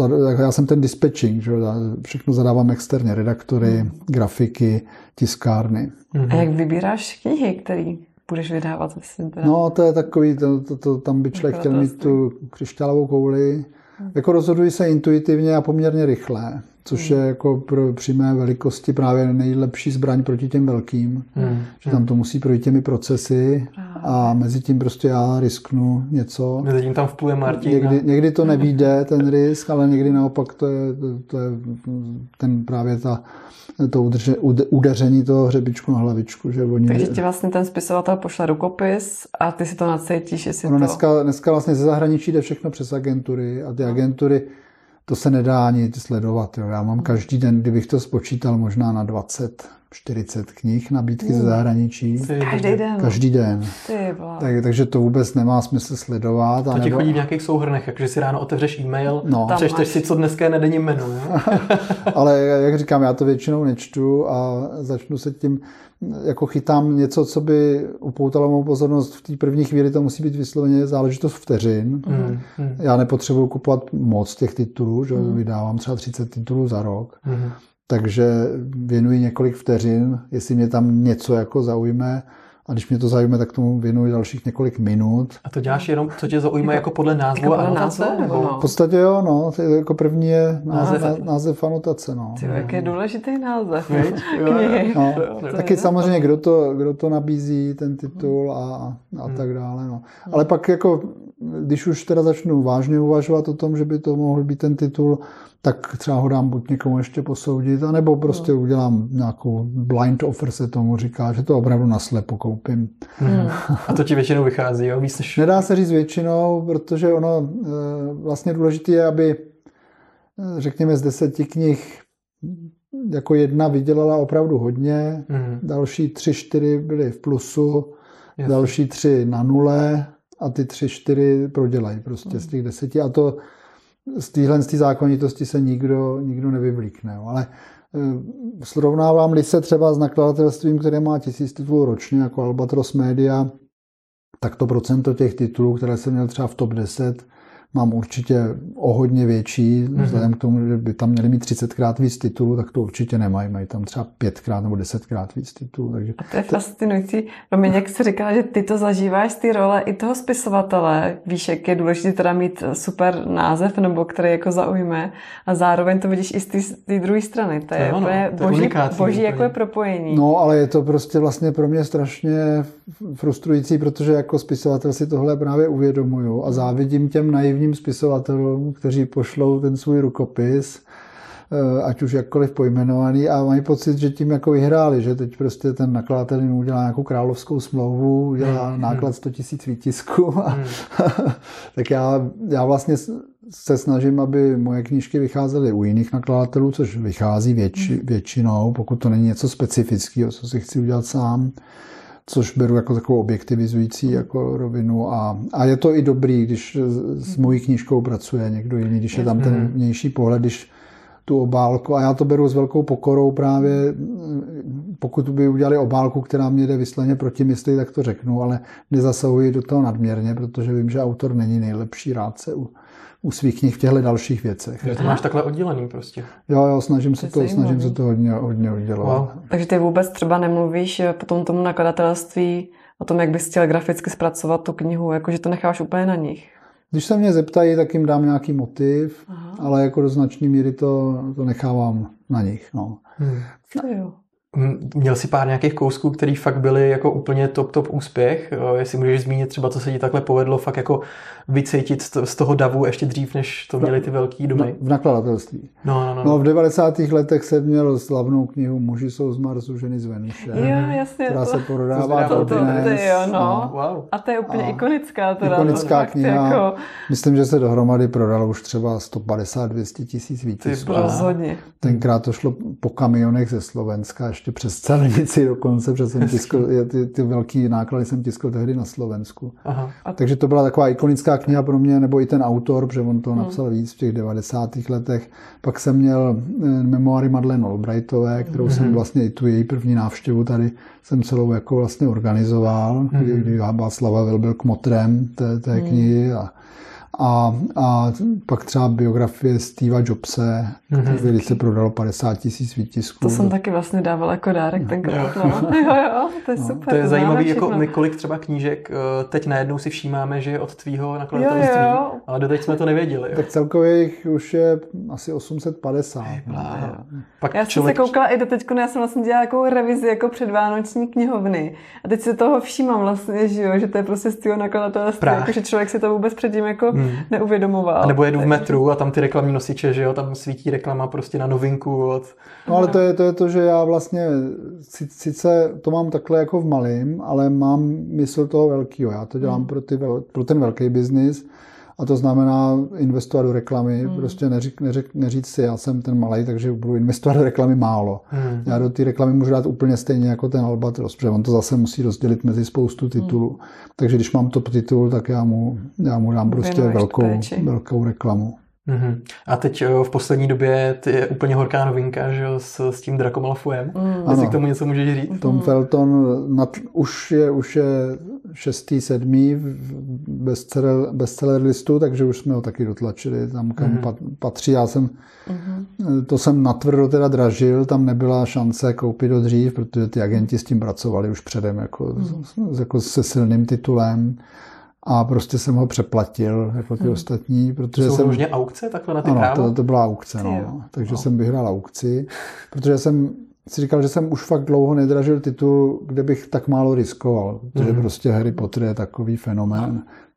já jsem ten dispatching, že? Všechno zadávám externě, redaktory, grafiky, tiskárny. A jak vybíráš knihy, který budeš vydávat? Teda... No, to je takový, to, to, to, tam by člověk chtěl mít tu křišťálovou kouli. Jako rozhoduji se intuitivně a poměrně rychle, což je jako pro, při mé velikosti právě nejlepší zbraň proti těm velkým, hmm. že tam to musí projít těmi procesy a mezi tím prostě já risknu něco. Mezi tím tam vpluje Martin. Někdy, někdy to nevyjde, ten risk, ale někdy naopak to je, to, to je ten právě ta to udrže, udeření toho hřebičku na hlavičku. Že oni... Takže ti vlastně ten spisovatel pošle rukopis a ty si to nacítíš, jestli ono to... Dneska, dneska vlastně ze zahraničí jde všechno přes agentury a ty agentury, to se nedá ani sledovat. Jo. Já mám každý den, kdybych to spočítal, možná na dvacet čtyřicet knih nabídky ze zahraničí. Každý den. Každý den. Tak, takže to vůbec nemá smysl sledovat. To ti nebo... chodí v nějakých souhrnech, jakože si ráno otevřeš e-mail, no. přečteš si, co dneska je na denním menu. Ale jak říkám, já to většinou nečtu a začnu se tím, jako chytám něco, co by upoutalo mou pozornost. V té první chvíli to musí být vysloveně záležitost vteřin. Mm, mm. Já nepotřebuji kupovat moc těch titulů, že mm. vydávám třeba třicet titulů za rok. Mm. Takže věnuji několik vteřin, jestli mě tam něco jako zaujme a když mě to zaujme, tak tomu věnuji dalších několik minut. A to děláš jenom, co tě zaujíma jako podle názvu jako a anotace? No? V podstatě jo, no. Jako první je název, název. název anotace. No. Ty, jaký je důležitý název. No. Taky samozřejmě, kdo to, kdo to nabízí, ten titul a, a tak dále. No. Ale pak jako když už teda začnu vážně uvažovat o tom, že by to mohl být ten titul, tak třeba ho dám buď někomu ještě posoudit, anebo prostě no. udělám nějakou blind offer, se tomu říká, že to opravdu naslepo koupím. Hmm. A to ti většinou vychází, jo? Víc než... Nedá se říct většinou, protože ono vlastně důležité je, aby řekněme z deseti knih jako jedna vydělala opravdu hodně, hmm. další tři, čtyři byly v plusu, Jasně. další tři na nule a ty tři, čtyři prodělají prostě hmm. z těch deseti a to z téhle z té zákonitosti se nikdo, nikdo nevyvlíkne. Jo. Ale srovnávám-li se třeba s nakladatelstvím, které má tisíc titulů ročně, jako Albatros Media, tak to procento těch titulů, které jsem měl třeba v top deset, mám určitě o hodně větší, mm-hmm. vzhledem k tomu, že by tam měli mít třicetkrát víc titulů, tak to určitě nemají. Mají tam třeba pětkrát nebo desetkrát víc titulů. Takže a to je fascinující. Romin, jak jsi říkala, že ty to zažíváš z té role i toho spisovatele. Víš, jak je důležité teda mít super název, nebo který jako zaujme, a zároveň to vidíš i z té druhé strany. To je, no, no, je boží, unikátní, boží jako je propojení. No, ale je to prostě vlastně pro mě strašně frustrující, protože jako spisovatel si tohle právě uvědomuju a závidím těm naivním spisovatelům, kteří pošlou ten svůj rukopis, ať už jakkoliv pojmenovaný, a mají pocit, že tím jako vyhráli, že teď prostě ten nakladatel jim udělá nějakou královskou smlouvu, udělá hmm. náklad sto tisíc výtisků. A, hmm. tak já, já vlastně se snažím, aby moje knížky vycházely u jiných nakladatelů, což vychází větši, většinou, pokud to není něco specifického, co si chci udělat sám, což beru jako takovou objektivizující jako rovinu. A, a je to i dobrý, když s mojí knížkou pracuje někdo jiný, když je tam ten vnější pohled, když tu obálku, a já to beru s velkou pokorou právě, pokud by udělali obálku, která mě jde vysloveně proti mysli, tak to řeknu, ale nezasahuji do toho nadměrně, protože vím, že autor není nejlepší rádce u, u svých knih v těchto dalších věcech. Že to máš takhle oddělený prostě. Jo, jo, snažím se to, snažím se to hodně, hodně oddělovat. Wow. Takže ty vůbec třeba nemluvíš potom tomu nakladatelství o tom, jak bys chtěl graficky zpracovat tu knihu, jakože to necháš úplně na nich? Když se mě zeptají, tak jim dám nějaký motiv, Aha. ale jako do značné míry to, to nechávám na nich. No. Hmm. No, měl jsi pár nějakých kousků, který fakt byly jako úplně top, top úspěch? Jestli můžeš zmínit třeba, co se ti takhle povedlo fakt jako vycítit z toho davu ještě dřív, než to měly ty velký domy? V nakladatelství. No, no, no. no v devadesátých letech jsem měl slavnou knihu Muži jsou z Marsu, ženy z Venuše. Jo, jasně. Která to, se prodává to, to, to, dnes. Jo, no. no. Wow. A to je úplně a ikonická. Teda, ikonická to kniha. Jako... Myslím, že se dohromady prodalo už třeba sto padesát až dvě stě tisíc výtisků. Rozhodně. Tenkrát to šlo po kamionech ze Slovenska, ještě přes celnici dokonce, protože jsem tiskl, ty, ty velký náklady jsem tiskl tehdy na Slovensku. Aha. Takže to byla taková ikonická kniha pro mě, nebo i ten autor, protože on to napsal hmm. víc v těch devadesátých letech. Pak jsem měl memoáry Madeleine Albrightové, kterou hmm. jsem vlastně i tu její první návštěvu tady jsem celou jako vlastně organizoval, hmm. kdy, kdy Václava Vil byl kmotrem té, té hmm. knihy a A, a pak třeba biografie Steva Jobse, mm-hmm. který se prodalo padesát tisíc výtisků. To jsem taky vlastně dával jako dárek no. tenkrát. No. Jo, jo, to je no. super. To je zajímavý, jako my kolik třeba knížek teď najednou si všímáme, že je od tvýho nakladatelství, jo, jo. ale doteď jsme to nevěděli. Tak celkově jich už je asi osm set padesát. Pak já člověk... jsem se koukala i doteď, já jsem vlastně dělala takovou revizi jako předvánoční knihovny. A teď si toho všímám vlastně, že, jo, že to je prostě z tvýho nakladatelství, jako, že člověk si to vůbec předtím jako hmm. neuvědomoval. A nebo jedu v metru a tam ty reklamní nosiče, že jo, tam svítí reklama prostě na novinku. Od... No ale to je, to je to, že já vlastně sice to mám takhle jako v malým, ale mám mysl toho velkýho. Já to dělám hmm. pro, ty, pro ten velký biznis a to znamená investovat do reklamy. Hmm. Prostě neřík, neřík, neříct si, já jsem ten malej, takže budu investovat do reklamy málo. Hmm. Já do té reklamy můžu dát úplně stejně jako ten Albatros, protože on to zase musí rozdělit mezi spoustu titulů. Hmm. Takže když mám top titul, tak já mu, já mu dám prostě velkou, velkou reklamu. Mm-hmm. A teď v poslední době ty je úplně horká novinka, že jo, s, s tím Draco Malfoyem. Mm. Jestli k tomu něco můžeš říct? Tom Felton nad, už, je, už je šestý, sedmý v bestseller, bestseller listu, takže už jsme ho taky dotlačili tam, kam mm-hmm. patří. Já jsem, mm-hmm. to jsem natvrdo teda dražil, tam nebyla šance koupit ho dřív, protože ty agenti s tím pracovali už předem jako, mm. jako se silným titulem. A prostě jsem ho přeplatil, jako ty hmm. ostatní. Protože to jsou jsem... možně aukce takhle na ty ano, právo? to, to byla aukce, no. Takže no. jsem vyhrál aukci. Protože jsem si říkal, že jsem už fakt dlouho nedražil titul, kde bych tak málo riskoval. Protože hmm. prostě Harry Potter je takový fenomén.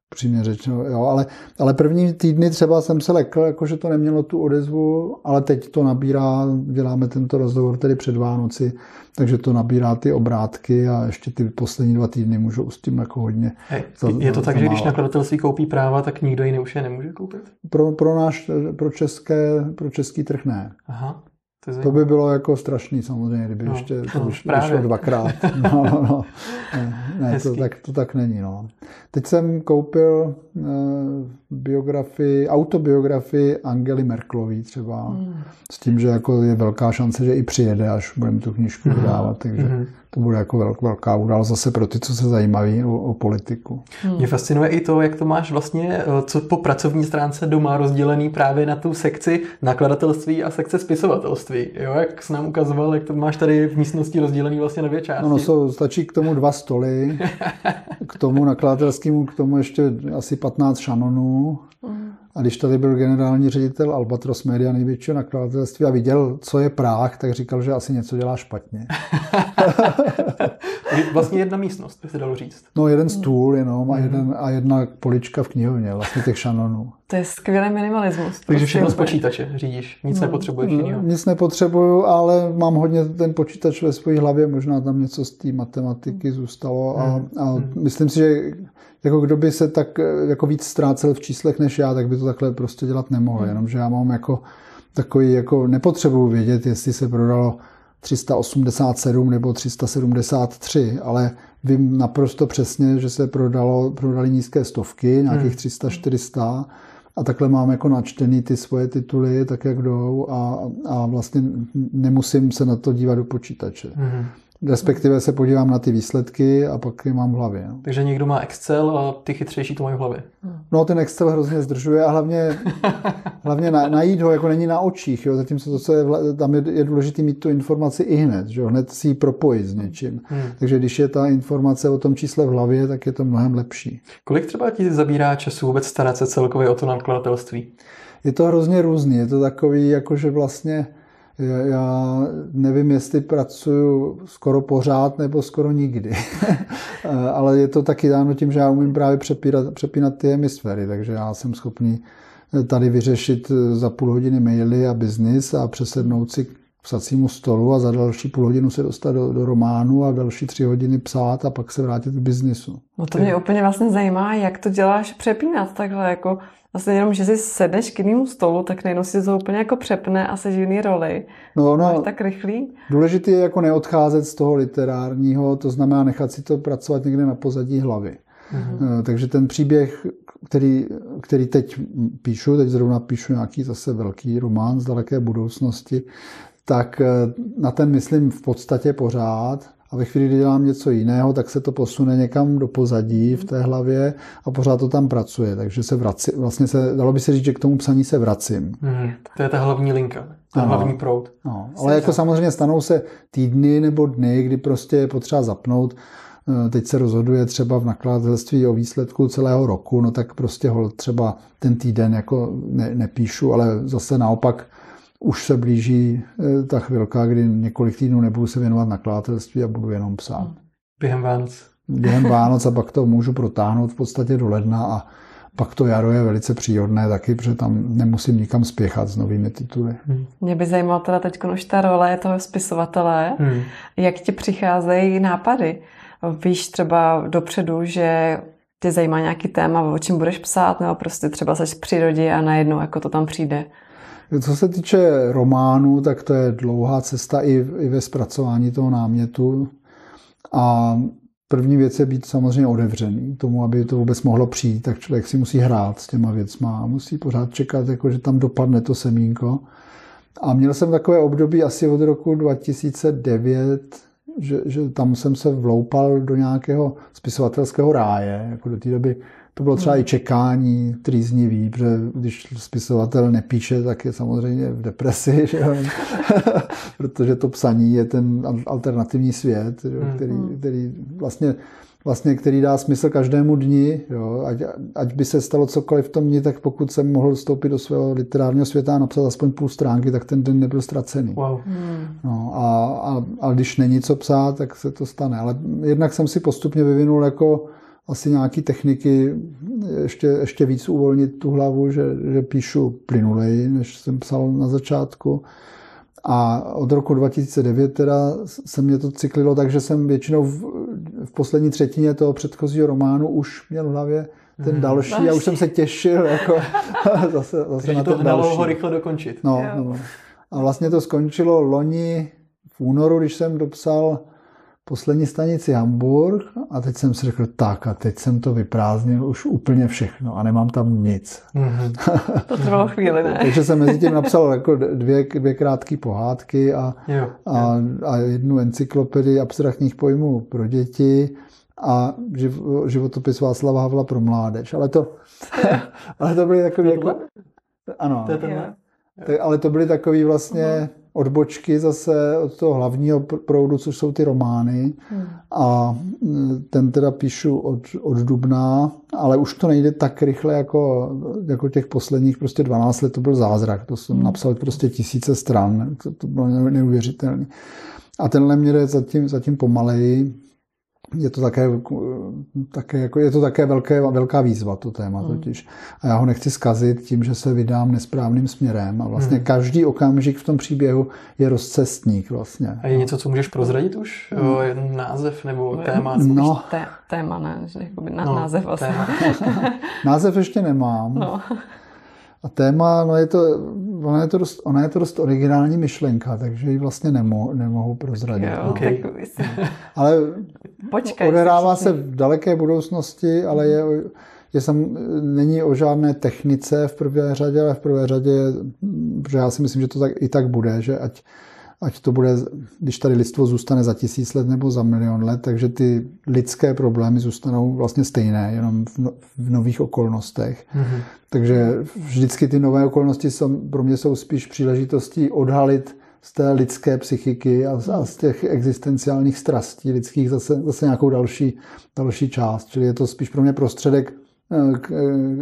přímě řečeno, jo, ale, ale první týdny třeba jsem se lekl, jakože to nemělo tu odezvu, ale teď to nabírá, děláme tento rozhovor tedy před Vánoci, takže to nabírá ty obrátky a ještě ty poslední dva týdny můžou s tím jako hodně. Hej, je to tak, že když nakladatelství koupí práva, tak nikdo jiný už je nemůže koupit? Pro, pro náš, pro, české, pro český trh ne. Aha. To, to by bylo jako strašný samozřejmě, kdyby no, ještě to už vyšlo dvakrát. No, no, no. Ne, ne to, tak, to tak není. No. Teď jsem koupil uh, biografii, autobiografii Angely Merkelové třeba, mm. s tím, že jako je velká šance, že i přijede, až budeme tu knížku mm. vydávat, takže mm. to bude jako velk, velká událost zase pro ty, co se zajímaví o, o politiku. Mm. Mě fascinuje i to, jak to máš vlastně, co po pracovní stránce doma rozdělený právě na tu sekci nakladatelství a sekce spisovatelství. Jo, jak jsi nám ukazoval, jak to máš tady v místnosti rozdělený vlastně na dvě části. No, no jsou, stačí k tomu dva stoly, k tomu nakladatelskému, k tomu ještě asi patnáct šanonů. A když tady byl generální ředitel Albatros Media, největšího nakladatelství, a viděl, co je práh, tak říkal, že asi něco dělá špatně. Vlastně jedna místnost, by se dalo říct. No jeden stůl jenom a, jeden, a jedna polička v knihovně, vlastně těch šanonů. To je skvělý minimalismus. Takže všechno z počítače řídíš, nic no, nepotřebuješ jiného. Nic nepotřebuju, ale mám hodně ten počítač ve své hlavě, možná tam něco z té matematiky zůstalo a, hmm. a hmm. myslím si, že jako kdo by se tak jako víc ztrácel v číslech než já, tak by to takhle prostě dělat nemohl, hmm. jenomže já mám jako takový, jako nepotřebuji vědět, jestli se prodalo tři sta osmdesát sedm nebo tři sta sedmdesát tři, ale vím naprosto přesně, že se prodalo, prodali nízké stovky, nějakých tři sta čtyři sta, a takhle mám jako načtený ty svoje tituly, tak jak jdou, a, a vlastně nemusím se na to dívat do počítače. Mm-hmm. Respektive se podívám na ty výsledky a pak je mám v hlavě. No. Takže někdo má Excel a ty chytřejší to mají v hlavě. No ten Excel hrozně zdržuje a hlavně, hlavně na, najít ho jako není na očích. Jo? Zatímco to, co je, tam je, je důležité mít tu informaci i hned. Že? Hned si ji propojit s něčím. Hmm. Takže když je ta informace o tom čísle v hlavě, tak je to mnohem lepší. Kolik třeba ti zabírá času vůbec starat se celkově o to nakladatelství? Je to hrozně různý. Je to takový, jakože vlastně já nevím, jestli pracuju skoro pořád nebo skoro nikdy. Ale je to taky dáno tím, že já umím právě přepínat, přepínat ty hemisféry, takže já jsem schopný tady vyřešit za půl hodiny maily a biznis a přesednout si k psacímu stolu a za další půl hodinu se dostat do, do románu a další tři hodiny psát a pak se vrátit k biznisu. No to mě úplně vlastně zajímá, jak to děláš přepínat takhle, jako vlastně jenom, že si sedneš k jinému stolu, tak najednou si to úplně jako přepne a seš v jiný roli. No, no, máš tak rychlý. Důležité je jako neodcházet z toho literárního, to znamená nechat si to pracovat někde na pozadí hlavy. Mm-hmm. Takže ten příběh, který, který teď píšu, teď zrovna píšu nějaký zase velký román z daleké budoucnosti, tak na ten myslím v podstatě pořád. A ve chvíli, kdy dělám něco jiného, tak se to posune někam do pozadí v té hlavě a pořád to tam pracuje. Takže se vrací, vlastně se, dalo by se říct, že k tomu psaní se vracím. Hmm, to je ta hlavní linka, ten ano, hlavní proud. No, ale jako samozřejmě stanou se týdny nebo dny, kdy prostě je potřeba zapnout. Teď se rozhoduje třeba v nakladatelství o výsledku celého roku, no tak prostě hol třeba ten týden jako ne, nepíšu, ale zase naopak už se blíží ta chvilka, kdy několik týdnů nebudu se věnovat nakladatelství a budu jenom psát. Během Vánoc. Během Vánoc a pak to můžu protáhnout v podstatě do ledna a pak to jaro je velice příhodné taky, protože tam nemusím nikam spěchat s novými tituly. Hmm. Mě by zajímalo teda teď už ta role toho spisovatele, hmm. jak ti přicházejí nápady. Víš třeba dopředu, že tě zajímá nějaký téma, o čem budeš psát, nebo prostě třeba seš v přírodě a najednou jako to tam přijde. Co se týče románu, tak to je dlouhá cesta i, i ve zpracování toho námětu. A první věc je být samozřejmě otevřený tomu, aby to vůbec mohlo přijít, tak člověk si musí hrát s těma věcma, musí pořád čekat, jako, že tam dopadne to semínko. A měl jsem takové období asi od roku dva tisíce devět, že, že tam jsem se vloupal do nějakého spisovatelského ráje, jako do té doby. To bylo třeba i čekání trýznivý, protože když spisovatel nepíše, tak je samozřejmě v depresi, že? Protože to psaní je ten alternativní svět, že? Který, který vlastně, vlastně který dá smysl každému dni. Jo? Ať, ať by se stalo cokoliv v tom dni, tak pokud jsem mohl vstoupit do svého literárního světa a napsat aspoň půl stránky, tak ten den nebyl ztracený. Wow. No, a, a, a když není co psát, tak se to stane. Ale jednak jsem si postupně vyvinul jako asi nějaký techniky ještě, ještě víc uvolnit tu hlavu, že, že píšu plynuleji, než jsem psal na začátku. A od roku dva tisíce devět teda se mě to cyklilo tak, že jsem většinou v, v poslední třetině toho předchozího románu už měl v hlavě ten hmm. další, další a už jsem se těšil jako zase, zase na to ten další. ho rychle dokončit. No, no. A vlastně to skončilo loni v únoru, když jsem dopsal poslední stanici Hamburg a teď jsem si řekl, tak a teď jsem to vyprázdnil už úplně všechno a nemám tam nic. Mm-hmm. To trvalo chvíli, ne? Takže jsem mezi tím napsal jako dvě, dvě krátké pohádky a, jo, a, jo. a jednu encyklopedii abstraktních pojmů pro děti a živ, životopis Václava Havla pro mládež. Ale to, ale to byly takový jako... Ano. To tak, ale to byly takový vlastně uh-huh. odbočky zase od toho hlavního proudu, což jsou ty romány. Uh-huh. A ten teda píšu od, od dubna, ale už to nejde tak rychle jako, jako těch posledních prostě dvanáct let. To byl zázrak. To jsem uh-huh. napsal prostě tisíce stran. To, to bylo neuvěřitelné. A tenhle mě jde zatím, zatím pomaleji. Je to také, také, jako, je to také velké, velká výzva, to téma totiž. A já ho nechci zkazit tím, že se vydám nesprávným směrem. A vlastně hmm. každý okamžik v tom příběhu je rozcestník vlastně. A je něco, co můžeš prozradit už? Hmm. O, jeden název nebo téma? No. Té, téma, ne? Jakoby na, no, název vlastně. Název ještě nemám. No. A téma, no je to, ona je to dost, ona je to dost originální myšlenka, takže ji vlastně nemo, nemohu prozradit. Jo, no. Okay. Ale Počkej, odehrává se v daleké budoucnosti, ale je, je sam, není o žádné technice v prvé řadě, ale v prvé řadě, protože já si myslím, že to tak, i tak bude, že ať, ať to bude, když tady lidstvo zůstane za tisíc let nebo za milion let, takže ty lidské problémy zůstanou vlastně stejné, jenom v, no, v nových okolnostech. Mm-hmm. Takže vždycky ty nové okolnosti jsou, pro mě jsou spíš příležitostí odhalit z té lidské psychiky a, a z těch existenciálních strastí lidských zase, zase nějakou další, další část. Čili je to spíš pro mě prostředek k,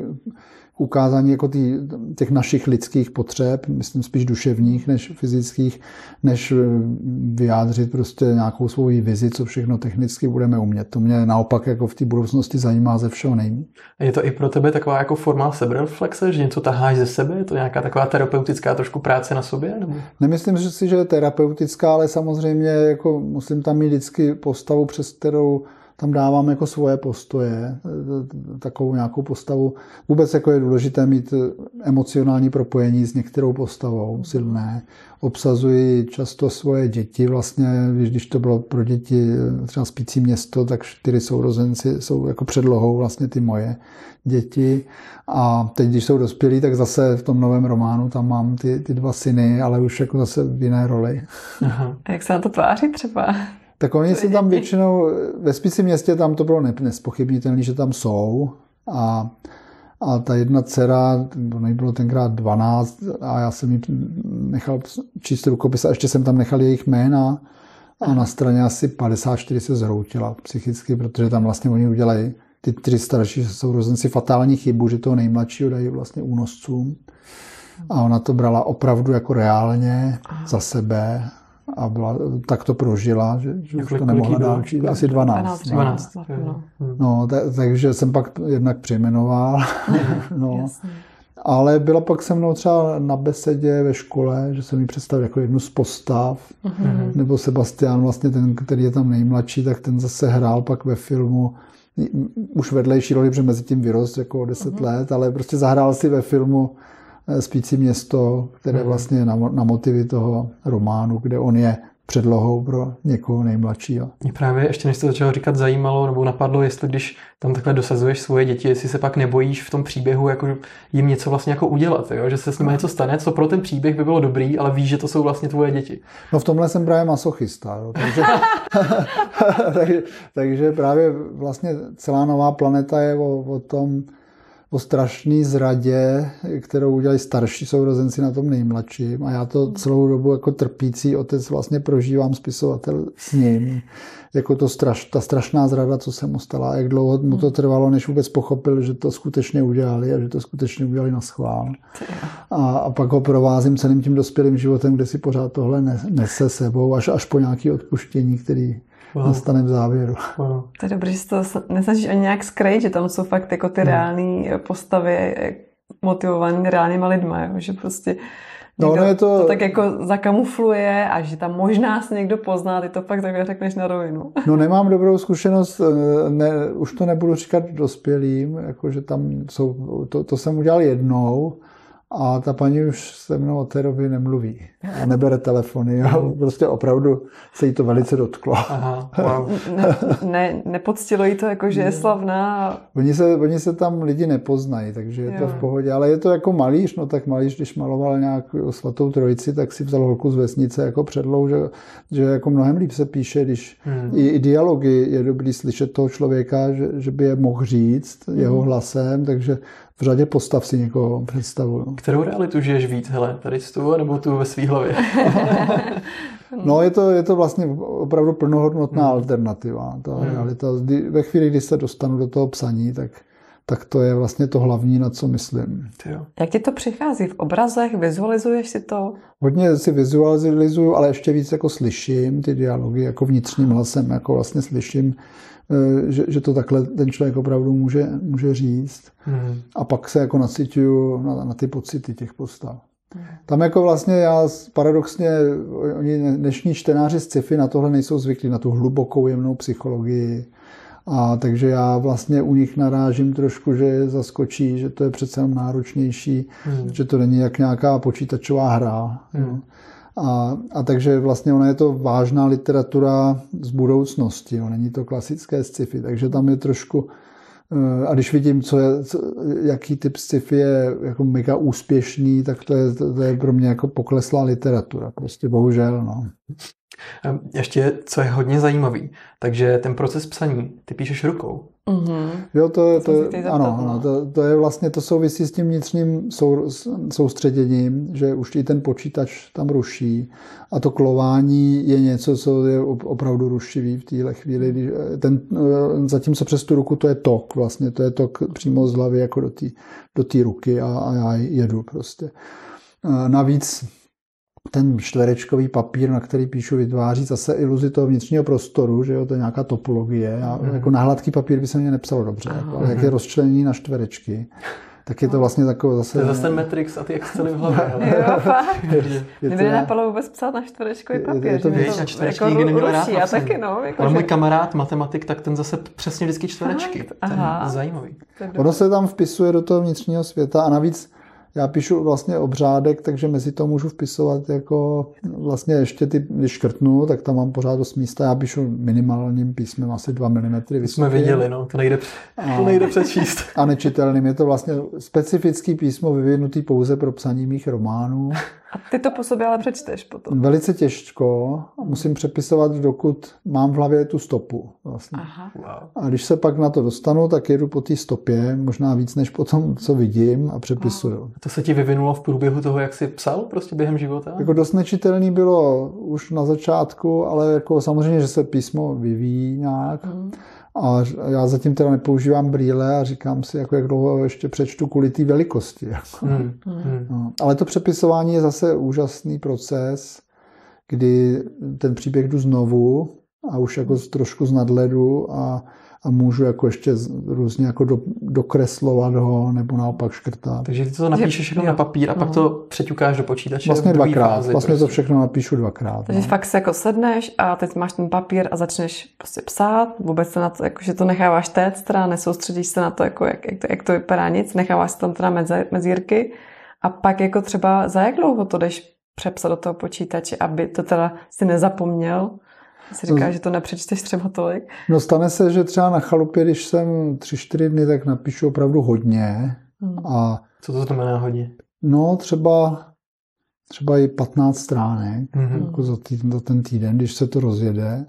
k ukázání jako tý, těch našich lidských potřeb, myslím spíš duševních než fyzických, než vyjádřit prostě nějakou svou vizi, co všechno technicky budeme umět. To mě naopak jako v té budoucnosti zajímá ze všeho nejméně. Je to i pro tebe taková jako forma sebereflexe, že něco taháš ze sebe? Je to nějaká taková terapeutická trošku práce na sobě? Nebo? Nemyslím si, že je terapeutická, ale samozřejmě jako musím tam mít vždycky postavu, přes kterou tam dávám jako svoje postoje, takovou nějakou postavu. Vůbec jako je důležité mít emocionální propojení s některou postavou silné. Obsazuji často svoje děti vlastně, když to bylo pro děti třeba Spící město, tak čtyři sourozenci jsou jako předlohou vlastně ty moje děti. A teď, když jsou dospělí, tak zase v tom novém románu tam mám ty, ty dva syny, ale už jako zase v jiné roli. Aha. A jak se na to tváří třeba? Tak oni se tam většinou, ve Spící městě tam to bylo nespochybnitelné, že tam jsou a, a ta jedna dcera, ono jí bylo tenkrát dvanáct a já jsem jí nechal číst rukopis a ještě jsem tam nechal jejich jména a na straně asi padesát čtyři se zhroutila psychicky, protože tam vlastně oni udělají ty tři starší sourozenci fatální chybu, že toho nejmladšího dají vlastně únoscům a ona to brala opravdu jako reálně za sebe. A byla, tak to prožila, že, že už to nemohla dál čít. Asi dvanáct. dvanáct. No, no tak, takže jsem pak jednak přejmenoval. No. Ale byla pak se mnou třeba na besedě ve škole, že jsem jí představil jako jednu z postav. Mm-hmm. Nebo Sebastián, vlastně ten, který je tam nejmladší, tak ten zase hrál pak ve filmu už vedlejší roli, protože mezi tím vyrost jako o deset mm-hmm. let, ale prostě zahrál si ve filmu Spící město, které vlastně na, na motivy toho románu, kde on je předlohou pro někoho nejmladšího. Mě právě ještě než jste začal říkat zajímalo nebo napadlo, jestli když tam takhle dosazuješ svoje děti, jestli se pak nebojíš v tom příběhu jako jim něco vlastně jako udělat, jo? Že se s nimi něco stane, co pro ten příběh by bylo dobrý, ale víš, že to jsou vlastně tvoje děti. No v tomhle jsem právě masochista, jo? Takže, takže, takže právě vlastně celá Nová planeta je o, o tom, o strašný zradě, kterou udělali starší sourozenci na tom nejmladším a já to celou dobu jako trpící otec vlastně prožívám, spisovatel s ním. Jako to straš, ta strašná zrada, co se mu stala, jak dlouho mu to trvalo, než vůbec pochopil, že to skutečně udělali a že to skutečně udělali na schvál. A, a pak ho provázím celým tím dospělým životem, kde si pořád tohle nese sebou, až, až po nějaké odpuštění, který wow. nastane v závěru. Wow. To je dobré, že to nesnažíš ani nějak skrýt, že tam jsou fakt jako ty hmm. reální postavy motivované reálnýma lidma, jo? Že prostě no, no je to... to tak jako zakamufluje a že tam možná se někdo pozná, ty to fakt takhle řekneš na rovinu. No nemám dobrou zkušenost, ne, už to nebudu říkat dospělým, jako že tam jsou, to, to jsem udělal jednou a ta paní už se mnou od té doby nemluví a nebere telefony a prostě opravdu se jí to velice dotklo. Aha, wow. ne, ne, nepoctilo jí to jako, že je slavná. Oni se, oni se tam lidi nepoznají, takže je jo. to v pohodě, ale je to jako malíř, no tak malíř, když maloval nějakou svatou trojici, tak si vzal holku z vesnice jako předlou, že, že jako mnohem líp se píše, když hmm. i, i dialogy je dobrý slyšet toho člověka, že, že by je mohl říct hmm. jeho hlasem, takže v řadě postav si někoho představuju. Kterou realitu žiješ víc, hele, tady z tu, nebo tu ve svý hlavě? No je to, je to vlastně opravdu plnohodnotná hmm. alternativa. Ta hmm. realita, ve chvíli, kdy se dostanu do toho psaní, tak, tak to je vlastně to hlavní, na co myslím. Tyjo. Jak ti to přichází? V obrazech? Vizualizuješ si to? Hodně si vizualizuju, ale ještě víc jako slyším ty dialogy, jako vnitřním hlasem, jako vlastně slyším, že, že to takhle ten člověk opravdu může, může říct. Hmm. A pak se jako nacituju na, na ty pocity těch postav. Hmm. Tam jako vlastně já paradoxně, oni dnešní čtenáři z sci-fi na tohle nejsou zvyklí, na tu hlubokou jemnou psychologii. A takže já vlastně u nich narážím trošku, že je zaskočí, že to je přece jenom náročnější, hmm. že to není jak nějaká počítačová hra. Hmm. A, a takže vlastně ona je to vážná literatura z budoucnosti, jo, není to klasické sci-fi, takže tam je trošku, a když vidím, co je, co, jaký typ sci-fi je jako mega úspěšný, tak to je, to je pro mě jako pokleslá literatura, prostě bohužel, no. Ještě, co je hodně zajímavý, takže ten proces psaní, ty píšeš rukou. Mm-hmm. Jo, to je, to, ano, ano, to, to je vlastně, to souvisí s tím vnitřním sou, soustředěním, že už i ten počítač tam ruší a to klování je něco, co je opravdu rušivý v téhle chvíli. Ten, zatímco přes tu ruku to je tok vlastně, to je tok přímo z hlavy jako do té do té ruky a, a já jedu prostě. Navíc ten čtverečkový papír, na který píšu, vytváří zase iluzi toho vnitřního prostoru, že jo, to je nějaká topologie. A mm. jako na hladký papír by se mě nepsalo dobře, jako, ale jak je rozčleněný na čtverečky, tak je to vlastně takové zase... To je zase ten Matrix a ty excely v hlavě. Jo, fakt. Mě by nenapadlo vůbec psát na čtverečkový papír. Je, je to víš, na čtverečky nikdy neměl rád. Já taky, no. Jako ale můj kamarád, matematik, tak ten zase přesně vždycky čtverečky. To je zajímavý. Ono se tam vpisuje do toho vnitřního světa a navíc já píšu vlastně obřádek, takže mezi to můžu vpisovat jako vlastně ještě ty, když škrtnu, tak tam mám pořád dost místa. Já píšu minimálním písmem asi dva milimetry vysoký. Jsme viděli, no, to nejde, to nejde přečíst. A nečitelným. Je to vlastně specifický písmo vyvinutý pouze pro psaní mých románů. A ty to po sobě ale přečteš potom? Velice těžko. Musím přepisovat, dokud mám v hlavě tu stopu. Vlastně. Aha. Wow. A když se pak na to dostanu, tak jedu po té stopě, možná víc než po tom, co vidím a přepisuju. Wow. To se ti vyvinulo v průběhu toho, jak jsi psal prostě během života? Jako dost nečitelný bylo už na začátku, ale jako samozřejmě, že se písmo vyvíjí nějak. Mm. A já zatím teda nepoužívám brýle a říkám si, jako jak dlouho ještě přečtu kvůli té velikosti. Jako. Mm. Mm. No. Ale to přepisování je zase úžasný proces, kdy ten příběh jdu znovu a už jako trošku z nadhledu a, a můžu jako ještě různě jako do, dokreslovat ho nebo naopak škrtat. Takže ty to napíšeš jako na papír a pak to přeťukáš do počítače. Vlastně dvakrát. Fázi, vlastně prostě. to všechno napíšu dvakrát. Takže no. fakt se jako sedneš a teď máš ten papír a začneš prostě psát. Vůbec se na to, jako, že to necháváš téct, teda nesoustředíš se na to, jako, jak, jak, to, jak to vypadá nic, necháváš tam teda meze, mezírky a pak jako třeba za jak dlouho to jdeš přepsat do toho počítače, aby to teda si nezapomněl. Si říká, no, že to nepřečteš třeba tolik. No stane se, že třeba na chalupě, když jsem tři, čtyři dny, tak napíšu opravdu hodně. Hmm. A co to znamená hodně? No třeba, třeba i patnáct stránek hmm. jako za, tý, za ten týden, když se to rozjede.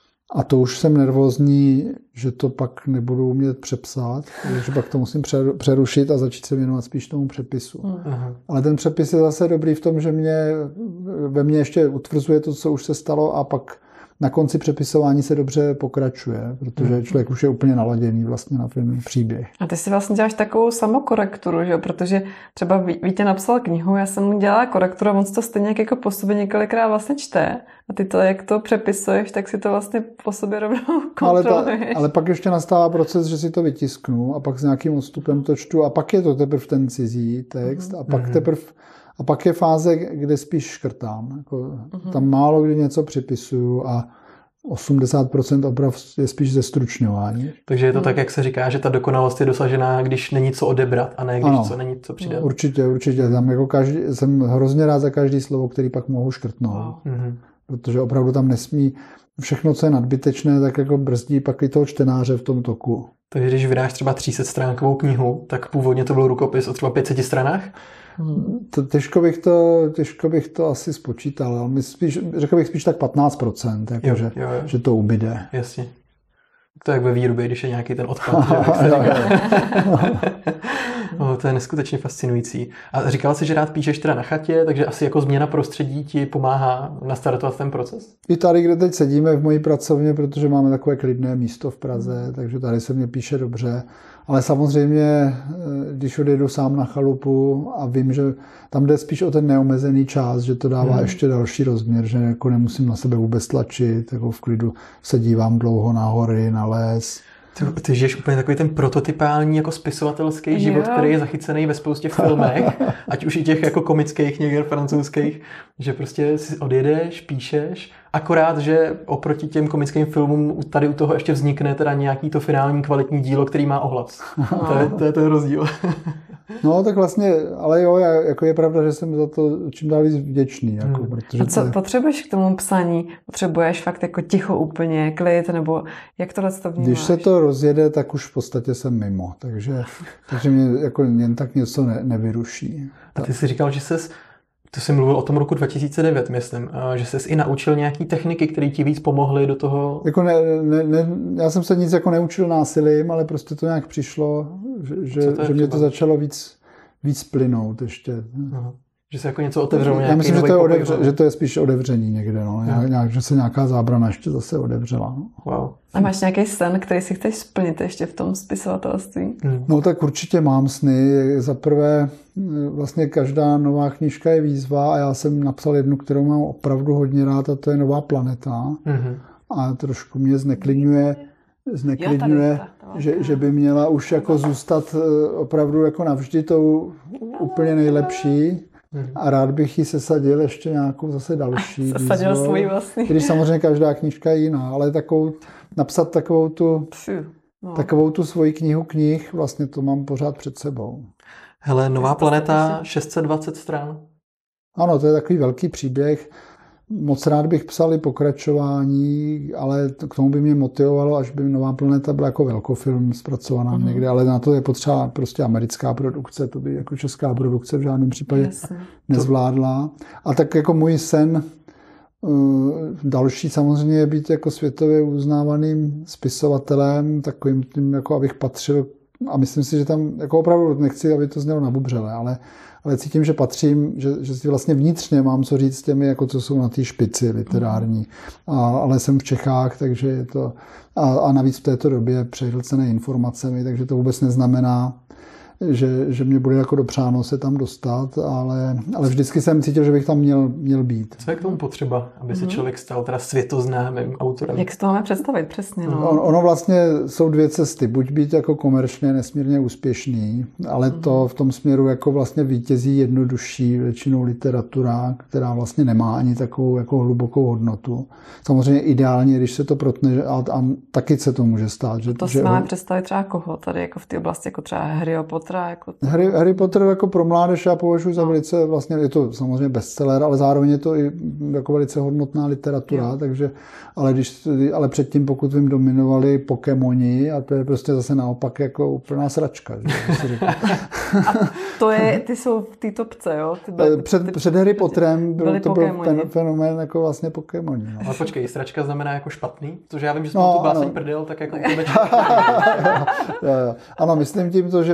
A to už jsem nervózní, že to pak nebudu umět přepsat, takže pak to musím přerušit a začít se věnovat spíš tomu přepisu. Hmm. Ale ten přepis je zase dobrý v tom, že mě, ve mně ještě utvrzuje to, co už se stalo a pak na konci přepisování se dobře pokračuje, protože člověk už je úplně naladěný vlastně na ten příběh. A ty si vlastně děláš takovou samokorekturu, že jo? Protože třeba Vítě napsal knihu, já jsem mu dělala korekturu a on si to stejně jako po sobě několikrát vlastně čte. A ty to, jak to přepisuješ, tak si to vlastně po sobě rovnou kontroluješ. Ale, ta, ale pak ještě nastává proces, že si to vytisknu a pak s nějakým odstupem to čtu a pak je to teprve ten cizí text a pak teprve a pak je fáze, kde spíš škrtám. Jako, uh-huh. Tam málo kdy něco připisuju a osmdesát procent oprav je spíš zestručňování. Takže je to uh-huh. tak, jak se říká, že ta dokonalost je dosažená, když není co odebrat a ne když ano, co není co přidat. Určitě, určitě. Tam jako každý, jsem hrozně rád za každý slovo, který pak mohu škrtnout. Uh-huh. Protože opravdu tam nesmí všechno, co je nadbytečné, tak jako brzdí pak i toho čtenáře v tom toku. Takže když vydáš třeba tři sta stránkovou knihu, tak původně to byl rukopis o třeba pět set stranách? Hmm. To, těžko, bych to, těžko bych to asi spočítal, ale my spíš, řekl bych spíš tak patnáct procent, jako jo, že, jo, jo. že to ubyde. Jasně. To je jak ve výrobě, když je nějaký ten odpad. Že, jo, jo. No, to je neskutečně fascinující. A říkal jsi, že rád píšeš teda na chatě, takže asi jako změna prostředí ti pomáhá nastartovat ten proces? I tady, kde teď sedíme v mojí pracovně, protože máme takové klidné místo v Praze, takže tady se mě píše dobře. Ale samozřejmě, když odjedu sám na chalupu a vím, že tam jde spíš o ten neomezený čas, že to dává hmm. ještě další rozměr, že jako nemusím na sebe vůbec tlačit, jako v klidu se dívám dlouho na hory, na les. Ty, ty žiješ úplně takový ten prototypální jako spisovatelský jo. život, který je zachycený ve spoustě filmech, ať už i těch jako komických, někde francouzských, že prostě si odjedeš, píšeš, akorát, že oproti těm komickým filmům tady u toho ještě vznikne teda nějaký to finální kvalitní dílo, který má ohlas. No. To, je, to je ten rozdíl. No tak vlastně, ale jo, jako je pravda, že jsem za to čím dál víc vděčný. Jako, hmm. protože a co je... potřebuješ k tomu psaní? Potřebuješ fakt jako ticho úplně, klid, nebo jak tohle to vnímáš? Když se to rozjede, tak už v podstatě jsem mimo, takže, takže mě jako jen tak něco ne, nevyruší. A ty jsi říkal, že ses, ty jsi mluvil o tom roku dva tisíce devět, myslím, že ses i naučil nějaký techniky, které ti víc pomohly do toho? Jako ne, ne, ne, já jsem se nic jako neučil násilím, ale prostě to nějak přišlo, že, že, že mě to začalo víc, víc plynout ještě. Aha. Že se jako něco otevřelo. Já myslím, že to, je odevře, že to je spíš otevření někde, no. Nějak, že se nějaká zábrana ještě zase otevřela. No. Wow. A máš nějaký sen, který si chceš splnit ještě v tom spisovatelství? Hmm. No tak určitě mám sny. Za prvé vlastně každá nová knížka je výzva a já jsem napsal jednu, kterou mám opravdu hodně rád a to je Nová planeta. Hmm. A trošku mě zneklidňuje, zneklidňuje že, že by měla už jako zůstat opravdu jako navždy tou úplně nejlepší. A rád bych jí sesadil ještě nějakou zase další. Sesadil svůj vlastní. Když samozřejmě každá knížka je jiná, ale takovou, napsat takovou tu, no. takovou tu svoji knihu knih, vlastně to mám pořád před sebou. Hele, Nová planeta, šest set dvacet stran. Ano, to je takový velký příběh. Moc rád bych psal i pokračování, ale k tomu by mě motivovalo, až by Nová planeta byla jako velkofilm zpracovaná mm. někde, ale na to je potřeba prostě americká produkce, to by jako česká produkce v žádném případě Jasně. nezvládla. A tak jako můj sen další samozřejmě je být jako světově uznávaným spisovatelem, takovým tím, jako abych patřil, a myslím si, že tam jako opravdu nechci, aby to znělo nabubřele, ale ale cítím, že patřím, že, že si vlastně vnitřně mám co říct s těmi, jako co jsou na té špici literární. A, ale jsem v Čechách, takže je to... A, a navíc v této době přehlcené informacemi, takže to vůbec neznamená, že, že mě bude jako dopřáno se tam dostat, ale, ale vždycky jsem cítil, že bych tam měl, měl být. Co je k tomu potřeba, aby se člověk stal teda světoznámým autorem? Jak si to máme představit přesně? No? On, ono vlastně jsou dvě cesty. Buď být jako komerčně nesmírně úspěšný, ale to v tom směru jako vlastně vítězí jednodušší většinou literatura, která vlastně nemá ani takovou jako hlubokou hodnotu. Samozřejmě ideálně, když se to protne, a, a taky se to může stát. Že, to si že máme on... představit třeba koho tady jako v té oblasti, jako třeba Harryho Pottera. Jako to... Harry, Harry Potter jako pro mládež já považuji za velice, vlastně je to samozřejmě bestseller, ale zároveň je to i jako velice hodnotná literatura, jo. takže, ale, když, ale předtím, pokud vím, dominovali Pokémoni a to je prostě zase naopak jako úplná sračka. Že, a to je, ty jsou v té topce, jo? Ty byly, před, ty, před Harry Potterem byl, to byl pen, fenomén jako vlastně Pokémoni. No. Ale počkej, sračka znamená jako špatný? Protože já vím, že jsem no, tu báseň prdel, tak jako Ano, myslím tím to, že prostě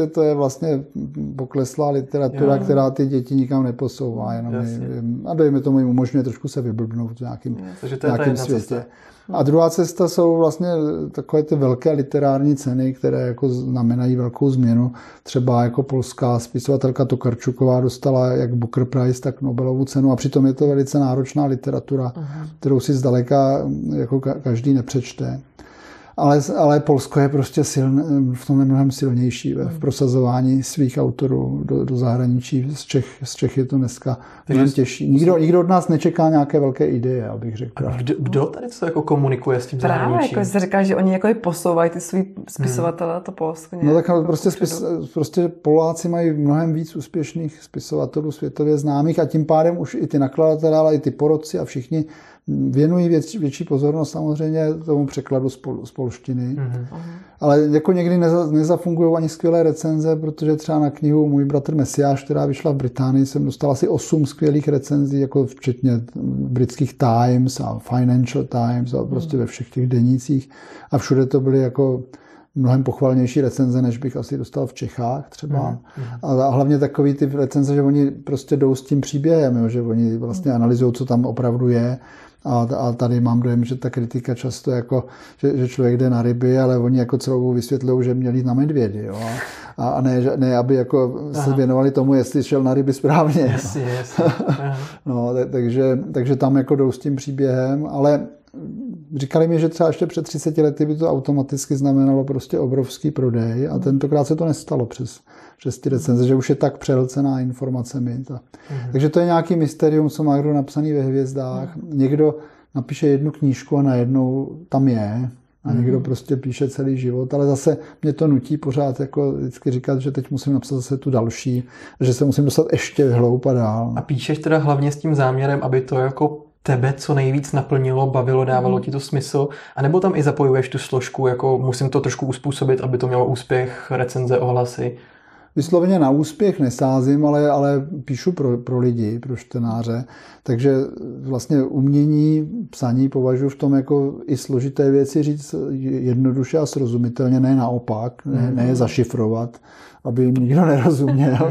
to je vlastně pokleslá literatura, jo. která ty děti nikam neposouvá. Jenom je, a dejme tomu jim umožňuje trošku se vyblbnout v nějakým, nějakým světě. Cesta. A druhá cesta jsou vlastně takové ty velké literární ceny, které jako znamenají velkou změnu. Třeba jako polská spisovatelka Tokarčuková dostala jak Booker Prize, tak Nobelovu cenu a přitom je to velice náročná literatura, uh-huh. kterou si zdaleka jako každý nepřečte. Ale, ale Polsko je prostě siln, v tom je mnohem silnější ve, v prosazování svých autorů do, do zahraničí. Z Čech, z Čech je to dneska mnohem těžší. Nikdo, nikdo od nás nečeká nějaké velké ideje, abych řekl. Kdo, kdo tady co jako komunikuje s tím zahraničím? Právě, jako jsi říkal, že oni jako posouvají ty svý spisovatele, hmm. to Polsko. No tak jako prostě, spis, prostě Poláci mají mnohem víc úspěšných spisovatelů světově známých a tím pádem už i ty nakladatelé, ale i ty porotci a všichni věnují větší, větší pozornost samozřejmě tomu překladu z, pol, z polštiny. Mm-hmm. Ale jako někdy neza, nezafungují ani skvělé recenze, protože třeba na knihu Můj bratr Mesiáš, která vyšla v Británii, jsem dostal asi osm skvělých recenzí, jako včetně britských Times a Financial Times a prostě mm. ve všech těch denících. A všude to byly jako mnohem pochvalnější recenze, než bych asi dostal v Čechách třeba. Mm. A hlavně takový ty recenze, že oni prostě jdou s tím příběhem, jo, že oni vlastně analyzují, co tam opravdu je. A, a tady mám dojem, že ta kritika často jako, že, že člověk jde na ryby, ale oni jako celou vysvětlují, že měli jít na medvědy. Jo? A, a ne, ne, aby jako se věnovali tomu, jestli šel na ryby správně. Jasně, jasně. No, tak, takže, takže tam jako jdou s tím příběhem, ale říkali mi, že třeba ještě před třiceti lety by to automaticky znamenalo prostě obrovský prodej a tentokrát se to nestalo přes, přes ty recenze, že už je tak přehlcená informacemi. To. Mm. Takže to je nějaký mysterium, co má kdo napsaný ve hvězdách. Mm. Někdo napíše jednu knížku a najednou tam je a někdo mm. prostě píše celý život, ale zase mě to nutí pořád jako vždycky říkat, že teď musím napsat zase tu další, že se musím dostat ještě hloub a dál. A píšeš teda hlavně s tím záměrem, aby to jako tebe co nejvíc naplnilo, bavilo, dávalo ti to smysl, anebo tam i zapojuješ tu složku, jako musím to trošku uspůsobit, aby to mělo úspěch, recenze, ohlasy? Vysloveně na úspěch nesázím, ale, ale píšu pro, pro lidi, pro čtenáře, takže vlastně umění psaní považuji v tom jako i složité věci říct jednoduše a srozumitelně, ne naopak, ne, ne je zašifrovat, aby jim nikdo nerozuměl.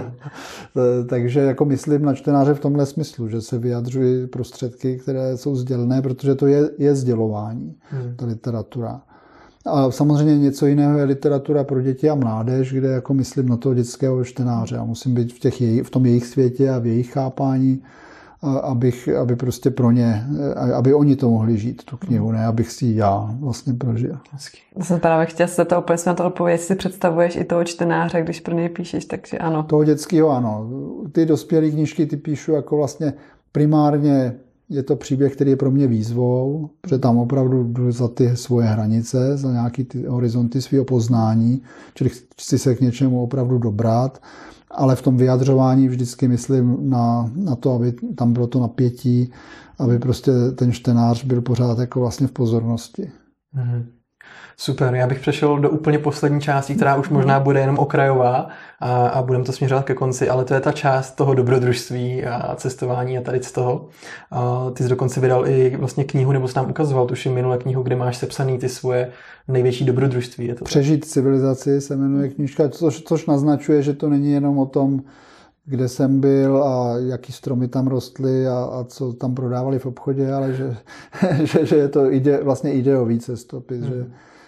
Takže jako myslím na čtenáře v tomhle smyslu, že se vyjadřují prostředky, které jsou sdělné, protože to je, je sdělování, hmm. ta literatura. A samozřejmě něco jiného je literatura pro děti a mládež, kde jako myslím na toho dětského čtenáře a musím být v, těch jej, v tom jejich světě a v jejich chápání, abych, aby prostě pro ně, aby oni to mohli žít, tu knihu, ne abych si ji já vlastně prožil. Já jsem právě chtěla se to úplně na to odpovědět, jestli si představuješ i toho čtenáře, když pro něj píšeš, takže ano. Toho dětského ano. Ty dospělé knížky ty píšu jako vlastně primárně je to příběh, který je pro mě výzvou, protože tam opravdu jdu za ty svoje hranice, za nějaké ty horizonty svého poznání, čili chci se k něčemu opravdu dobrat, ale v tom vyjadřování vždycky myslím na, na to, aby tam bylo to napětí, aby prostě ten čtenář byl pořád jako vlastně v pozornosti. Mm-hmm. Super, já bych přešel do úplně poslední části, která už možná bude jenom okrajová a, a budeme to směřovat ke konci, ale to je ta část toho dobrodružství a cestování a tady z toho. A ty jsi dokonce vydal i vlastně knihu, nebo jsi nám ukazoval, tuším minule knihu, kde máš sepsaný ty svoje největší dobrodružství. Je to Přežít civilizaci se jmenuje knížka, což, což naznačuje, že to není jenom o tom, kde jsem byl a jaký stromy tam rostly a, a co tam prodávali v obchodě, ale že, že, že je to ide, vlastně ideový cestopis. Hmm. Že,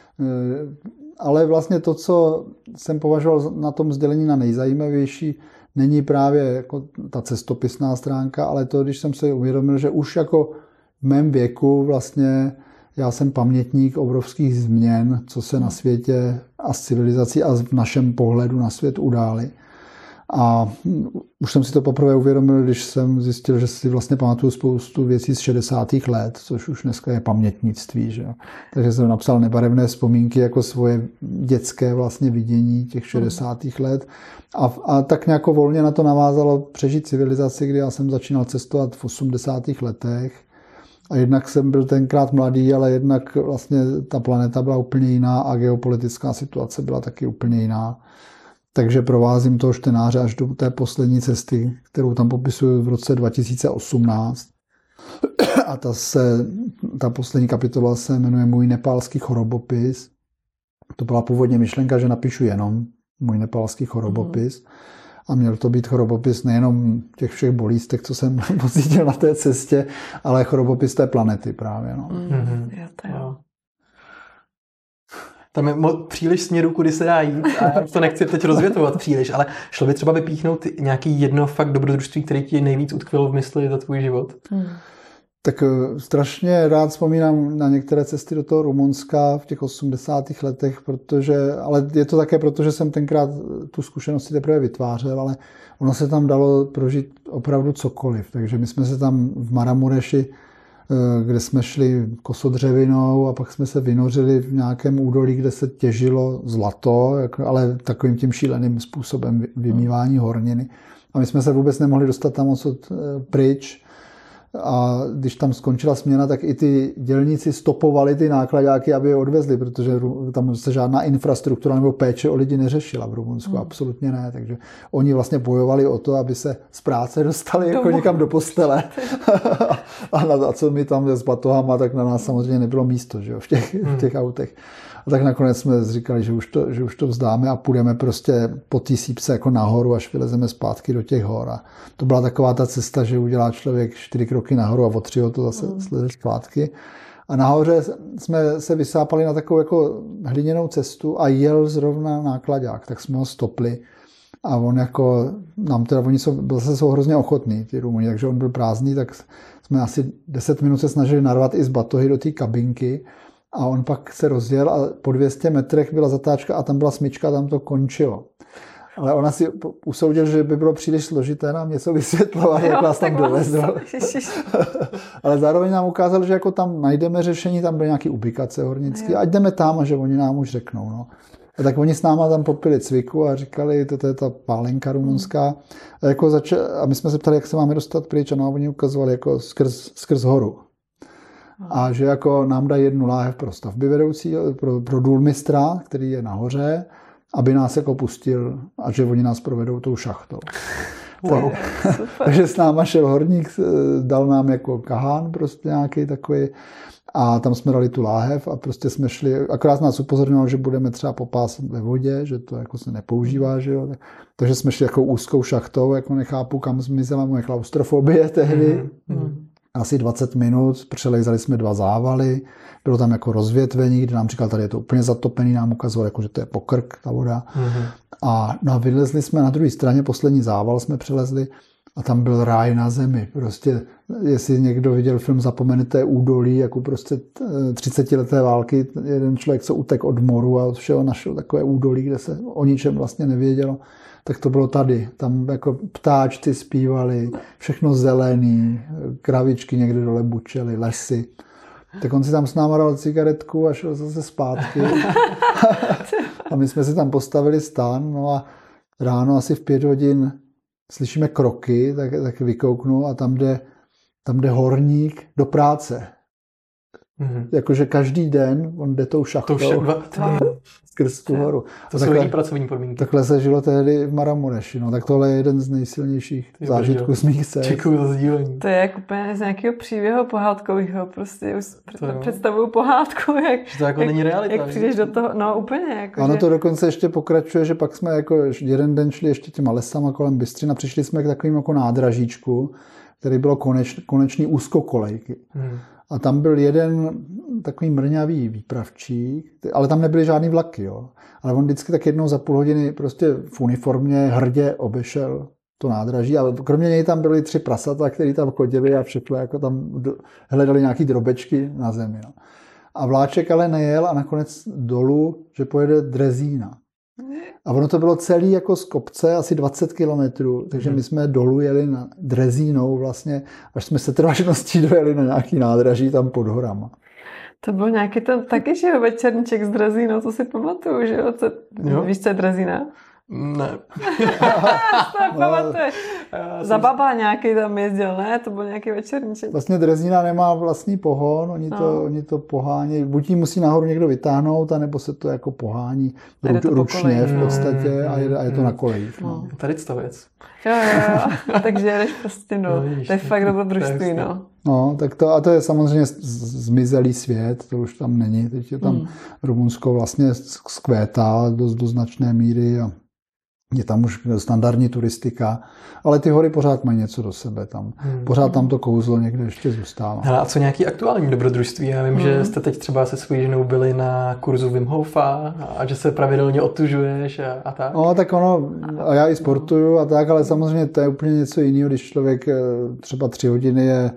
ale vlastně to, co jsem považoval na tom sdělení na nejzajímavější, není právě jako ta cestopisná stránka, ale to, když jsem se uvědomil, že už jako v mém věku vlastně já jsem pamětník obrovských změn, co se na světě a s civilizací a v našem pohledu na svět udály. A už jsem si to poprvé uvědomil, když jsem zjistil, že si vlastně pamatuju spoustu věcí z šedesátých let, což už dneska je pamětnictví. Že? Takže jsem napsal nebarevné vzpomínky jako svoje dětské vlastně vidění těch šedesátých let. A, a tak nějak volně na to navázalo Přežít civilizaci, kdy já jsem začínal cestovat v osmdesátých letech. A jednak jsem byl tenkrát mladý, ale jednak vlastně ta planeta byla úplně jiná a geopolitická situace byla taky úplně jiná. Takže provázím toho čtenáře až do té poslední cesty, kterou tam popisuju v roce dva tisíce osmnáct. A ta, se, ta poslední kapitola se jmenuje Můj nepálský chorobopis. To byla původně myšlenka, že napíšu jenom můj nepálský chorobopis. A měl to být chorobopis nejenom těch všech bolístek, co jsem pocítil na té cestě, ale chorobopis té planety právě. No. Mm, jo, to jo. Tam je mo- příliš směrů, kudy se dá jít a já to nechci teď rozvětovat příliš, ale šlo by třeba vypíchnout nějaký jedno fakt dobrodružství, který ti nejvíc utkvělo v mysli za tvůj život? Hmm. Tak strašně rád vzpomínám na některé cesty do toho Rumunska v těch osmdesátých letech, protože, ale je to také proto, že jsem tenkrát tu zkušenost si teprve vytvářel, ale ono se tam dalo prožít opravdu cokoliv. Takže my jsme se tam v Maramureši, kde jsme šli kosodřevinou a pak jsme se vynořili v nějakém údolí, kde se těžilo zlato, ale takovým tím šíleným způsobem vymývání horniny. A my jsme se vůbec nemohli dostat tam odsud pryč. A když tam skončila směna, tak i ty dělníci stopovali ty nákladáky, aby je odvezli, protože tam se žádná infrastruktura nebo péče o lidi neřešila v Rumunsku, hmm. absolutně ne. Takže oni vlastně bojovali o to, aby se z práce dostali jako někam do postele. a, na, a co my tam s batohama, tak na nás samozřejmě nebylo místo, že jo, v těch, hmm. v těch autech. A tak nakonec jsme říkali, že už, to, že už to vzdáme a půjdeme prostě po té sípce jako nahoru, až vylezeme zpátky do těch hor. A to byla taková ta cesta, že udělá člověk čtyři kroky nahoru a o tři ho to zase mm. sleze zpátky. A nahoře jsme se vysápali na takovou jako hliněnou cestu a jel zrovna nákladák, tak jsme ho stopli. A on jako, nám teda, oni jsou, zase jsou hrozně ochotní, ty Rumuni, takže on byl prázdný, tak jsme asi deset minut se snažili narvat i z batohy do té kabinky. A on pak se rozjel a po dvě stě metrech byla zatáčka a tam byla smyčka a tam to končilo. Ale ona si usoudil, že by bylo příliš složité nám něco vysvětlovat, jak nás tam dovezl. Ale zároveň nám ukázal, že jako tam najdeme řešení, tam byly nějaké ubikace hornické, ať jdeme tam a že oni nám už řeknou. No. A tak oni s náma tam popili cviku a říkali, toto je ta pálenka rumunská. A, jako zač- a my jsme se ptali, jak se máme dostat pryč, a no, oni ukazovali jako skrz, skrz horu. A že jako nám dají jednu láhev pro stavby vedoucí, pro, pro důlmistra, který je nahoře, aby nás jako pustil a že oni nás provedou tou šachtou. Wow. Tak, takže s náma šel horník, dal nám jako kahán prostě nějaký takový a tam jsme dali tu láhev a prostě jsme šli, akorát nás upozorňoval, že budeme třeba popásat ve vodě, že to jako se nepoužívá, že jo. Takže jsme šli jako úzkou šachtou, jako nechápu, kam zmizela moje klaustrofobie tehdy. Mm-hmm. Asi dvacet minut, přelejzali jsme dva závaly, bylo tam jako rozvětvení, kde nám říkal, tady je to úplně zatopený, nám ukazoval, jako, že to je pokrk, ta voda. Mm-hmm. A, no a vylezli jsme na druhé straně, poslední zával jsme přelezli a tam byl ráj na zemi. Prostě, jestli někdo viděl film Zapomenuté údolí, jako prostě třicetileté války, jeden člověk, co utek od moru a od všeho našel takové údolí, kde se o ničem vlastně nevědělo, tak to bylo tady. Tam jako ptáčci zpívali, všechno zelený, kravičky někde dole bučely, lesy. Tak on si tam s náma dal cigaretku a šel zase zpátky. A my jsme si tam postavili stán, no a ráno asi v pět hodin slyšíme kroky, tak, tak vykouknu a tam jde, tam jde horník do práce. Mm-hmm. Jakože každý den on jde tou šachtou skrz tu horu. To jsou jiný pracovní podmínky. Takhle se žilo tehdy v Maramureši. No, tak tohle je jeden z nejsilnějších Ty zážitků z mých cest. Děkuji za sdílení. To je jak úplně z nějakého příběhu pohádkového. Prostě už představuju pohádku, jak, že to jako jak, není realita, jak přijdeš do toho. No úplně. Jako, ano, že... to dokonce ještě pokračuje, že pak jsme jako jeden den šli ještě těma lesama kolem Bystřin a přišli jsme k takovým jako nádražíčku, který bylo koneč, konečný úzkokolejky. Hmm. A tam byl jeden takový mrňavý výpravčík, ale tam nebyly žádný vlaky, jo. Ale on vždycky tak jednou za půl hodiny prostě v uniformě hrdě obešel to nádraží a kromě něj tam byly tři prasata, který tam chodili a všechno jako tam hledali nějaký drobečky na zemi. No. A vláček ale nejel a nakonec dolů, že pojede Drezína. A ono to bylo celý jako z kopce, asi dvacet kilometrů, takže my jsme dolů jeli na Drezínou vlastně, až jsme se trvačností dojeli na nějaký nádraží tam pod horama. To byl nějaký ten taky, že jo, večerníček z Drezínou, to si pamatuju, že jo? Co, jo? Víš, co je Drezína? Ne. To pamatuješ. Za baba nějaký tam jezdil, ne? To byl nějaký večerníček. Vlastně Drezína nemá vlastní pohon, oni to, no. oni to pohání, buď ji musí nahoru někdo vytáhnout, anebo se to jako pohání ru, to ručně v podstatě mm, a, je, a je to na kolejích. No. No. Tady to věc. Jo, jo, jo. Takže jedeš prostě, no. no vidíš, to je fakt dobrodružství, no. No, tak to, a to je samozřejmě zmizelý svět, to už tam není. Teď je tam mm. Rumunsko vlastně zkvétá do, do značné míry a je tam už standardní turistika, ale ty hory pořád mají něco do sebe tam. Hmm. Pořád tam to kouzlo někde ještě zůstává. Hele, a co nějaký aktuální dobrodružství? Já vím, hmm. že jste teď třeba se svojí ženou byli na kurzu Wim Hofa a že se pravidelně otužuješ a, a tak. No, tak ono, a já i sportuju a tak, ale samozřejmě to je úplně něco jiného, když člověk třeba tři hodiny je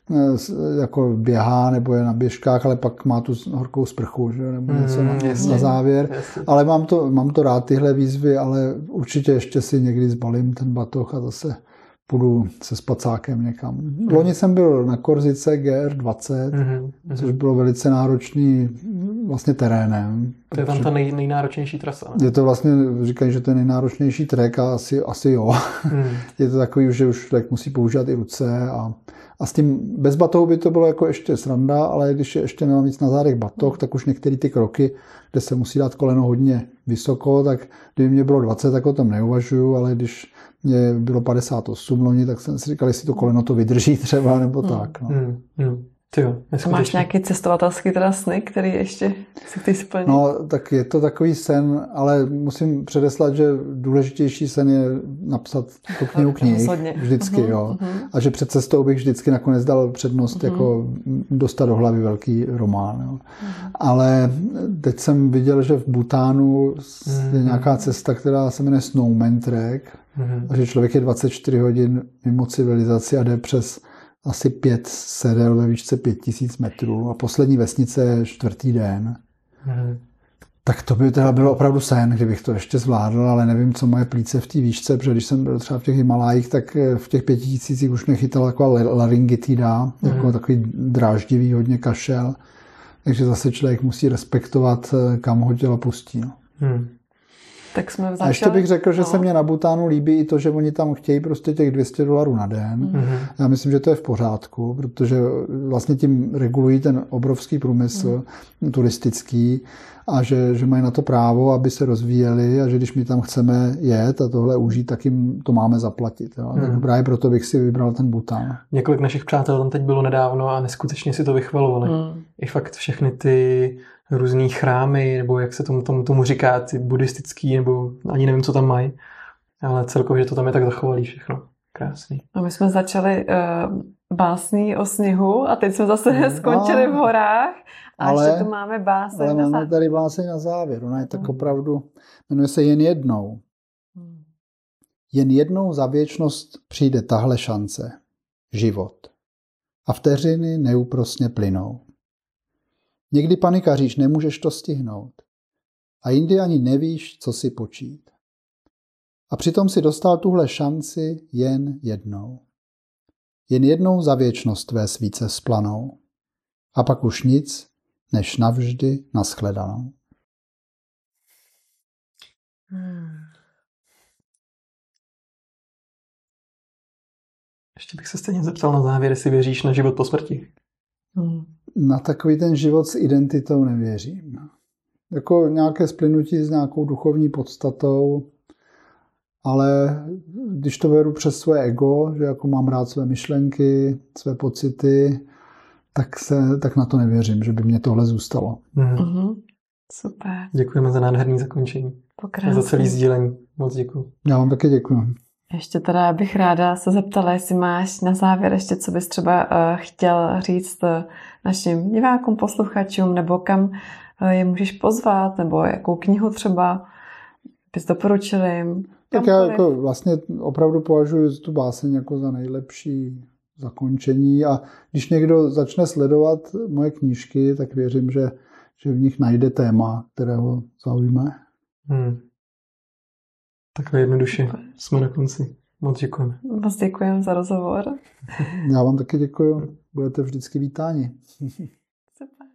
jako běhá nebo je na běžkách, ale pak má tu horkou sprchu, že? Nebo něco mm, na, na závěr. Jasně. Ale mám to, mám to rád, tyhle výzvy, ale určitě ještě si někdy zbalím ten batoh a zase půjdu se spacákem někam. Mm. Loni jsem byl na Korzice G R dvacet, mm, což bylo velice náročný vlastně terénem. To je tam ta nej, nejnáročnější trasa. Ne? Je to vlastně, říkají, že to je nejnáročnější trek a asi, asi jo. Mm. Je to takový, že už člověk musí používat i ruce a A s tím bez batohu by to bylo jako ještě sranda, ale když je ještě nemám nic na zádech batoh, tak už některé ty kroky, kde se musí dát koleno hodně vysoko, tak kdyby mě bylo dvacet, tak o tom neuvažuju, ale když mě bylo padesát osm loni, tak jsem si říkal, jestli to koleno to vydrží třeba, nebo hmm. tak. No. Hmm. Hmm. Tyjo, máš nějaký cestovatelský teda sny, který ještě si chceš splnit? No, tak je to takový sen, ale musím předeslat, že důležitější sen je napsat tu knihu knih. Vždycky, uh-huh, jo. Uh-huh. A že před cestou bych vždycky nakonec dal přednost uh-huh. jako dostat do hlavy velký román. Jo. Uh-huh. Ale teď jsem viděl, že v Bhutánu uh-huh. je nějaká cesta, která se jmenuje Snowman Trek. Uh-huh. A že člověk je dvacet čtyři hodin mimo civilizaci a jde přes asi pět sedel ve výšce pět tisíc metrů a poslední vesnice je čtvrtý den. Hmm. Tak to by teda bylo opravdu sen, kdybych to ještě zvládl, ale nevím, co moje plíce v té výšce, protože když jsem byl třeba v těch Himalájích, tak v těch pěti tisících už mě chytala taková laryngitida, hmm. jako takový dráždivý hodně kašel. Takže zase člověk musí respektovat, kam ho tělo pustí. Hmm. Tak jsme začali... A ještě bych řekl, že no. se mě na Bhutánu líbí i to, že oni tam chtějí prostě těch dvě stě dolarů na den. Mm-hmm. Já myslím, že to je v pořádku, protože vlastně tím regulují ten obrovský průmysl mm. turistický a že, že mají na to právo, aby se rozvíjeli a že když my tam chceme jet a tohle užít, tak jim to máme zaplatit. Jo? Mm. Tak právě proto bych si vybral ten Bhután. Několik našich přátel tam teď bylo nedávno a neskutečně si to vychvalovali. Mm. I fakt všechny ty různý chrámy, nebo jak se tomu, tomu, tomu říká, ty buddhistický, nebo ani nevím, co tam mají. Ale celkově, že to tam je tak zachovalý všechno. Krásný. A my jsme začali uh, básní o sněhu a teď jsme zase hmm. skončili v horách a ale, ještě tu máme báseň ale na závěr. máme tady báseň na závěr. Ona je tak hmm. opravdu, jmenuje se Jen jednou. Hmm. Jen jednou za věčnost přijde tahle šance. Život. A vteřiny neúprosně plynou. Někdy panikaříš, nemůžeš to stihnout. A jindy ani nevíš, co si počít. A přitom si dostal tuhle šanci jen jednou. Jen jednou za věčnost tvé svíce splanou. A pak už nic, než navždy nashledanou. Hmm. Ještě bych se stejně zeptal na závěr, jestli věříš na život po smrti. Hmm. Na takový ten život s identitou nevěřím. Jako nějaké splynutí s nějakou duchovní podstatou, ale když to beru přes své ego, že jako mám rád své myšlenky, své pocity, tak, se, tak na to nevěřím, že by mě tohle zůstalo. Mm. Mm-hmm. Super. Děkujeme za nádherný zakončení. A za celý sdílení. Moc děkuji. Já vám taky děkuji. Ještě teda bych ráda se zeptala, jestli máš na závěr ještě, co bys třeba uh, chtěl říct uh, našim divákům, posluchačům, nebo kam uh, je můžeš pozvat, nebo jakou knihu třeba bys doporučil jim. Tak já jako vlastně opravdu považuji tu báseň jako za nejlepší zakončení a když někdo začne sledovat moje knížky, tak věřím, že, že v nich najde téma, kterého zaujme. Hmm. Takhle jednoduše jsme na konci. Moc děkujeme. Moc děkujeme za rozhovor. Já vám taky děkuju. Budete vždycky vítáni. Super.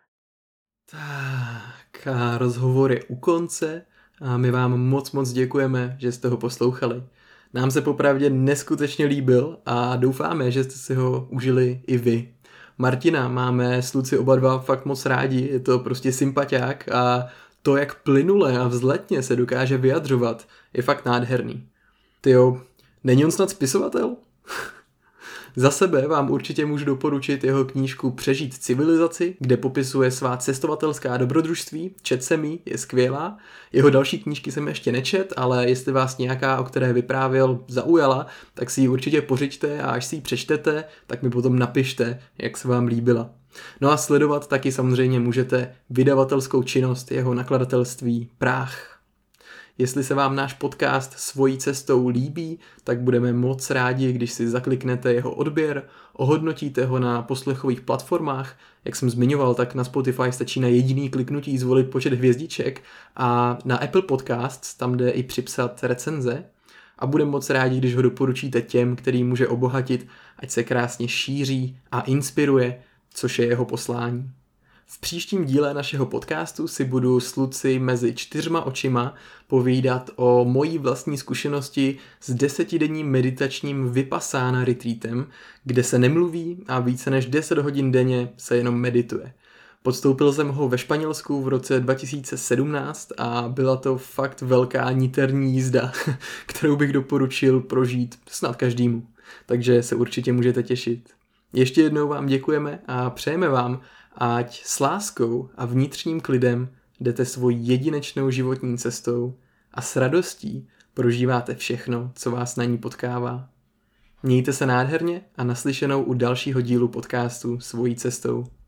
Tak a rozhovor je u konce a my vám moc moc děkujeme, že jste ho poslouchali. Nám se popravdě neskutečně líbil a doufáme, že jste si ho užili i vy. Martina máme s Luci oba dva fakt moc rádi, je to prostě sympatiák a to, jak plynule a vzletně se dokáže vyjadřovat, je fakt nádherný. Tyjo, není on snad spisovatel? Za sebe vám určitě můžu doporučit jeho knížku Přežít civilizaci, kde popisuje svá cestovatelská dobrodružství. Čet jsem jí, je skvělá. Jeho další knížky jsem ještě nečet, ale jestli vás nějaká, o které vyprávěl, zaujala, tak si ji určitě pořiďte a až si ji přečtete, tak mi potom napište, jak se vám líbila. No a sledovat taky samozřejmě můžete vydavatelskou činnost jeho nakladatelství Práh. Jestli se vám náš podcast Svojí cestou líbí, tak budeme moc rádi, když si zakliknete jeho odběr, ohodnotíte ho na poslechových platformách. Jak jsem zmiňoval, tak na Spotify stačí na jediný kliknutí zvolit počet hvězdiček a na Apple Podcasts tam jde i připsat recenze. A budeme moc rádi, když ho doporučíte těm, který může obohatit, ať se krásně šíří a inspiruje, což je jeho poslání. V příštím díle našeho podcastu si budu s Luci mezi čtyřma očima povídat o mojí vlastní zkušenosti s desetidenním meditačním Vipassana retreatem, kde se nemluví a více než deset hodin denně se jenom medituje. Podstoupil jsem ho ve Španělsku v roce dva tisíce sedmnáct a byla to fakt velká niterní jízda, kterou bych doporučil prožít snad každému. Takže se určitě můžete těšit. Ještě jednou vám děkujeme a přejeme vám, ať s láskou a vnitřním klidem jdete svojí jedinečnou životní cestou a s radostí prožíváte všechno, co vás na ní potkává. Mějte se nádherně a naslyšenou u dalšího dílu podcastu Svojí cestou.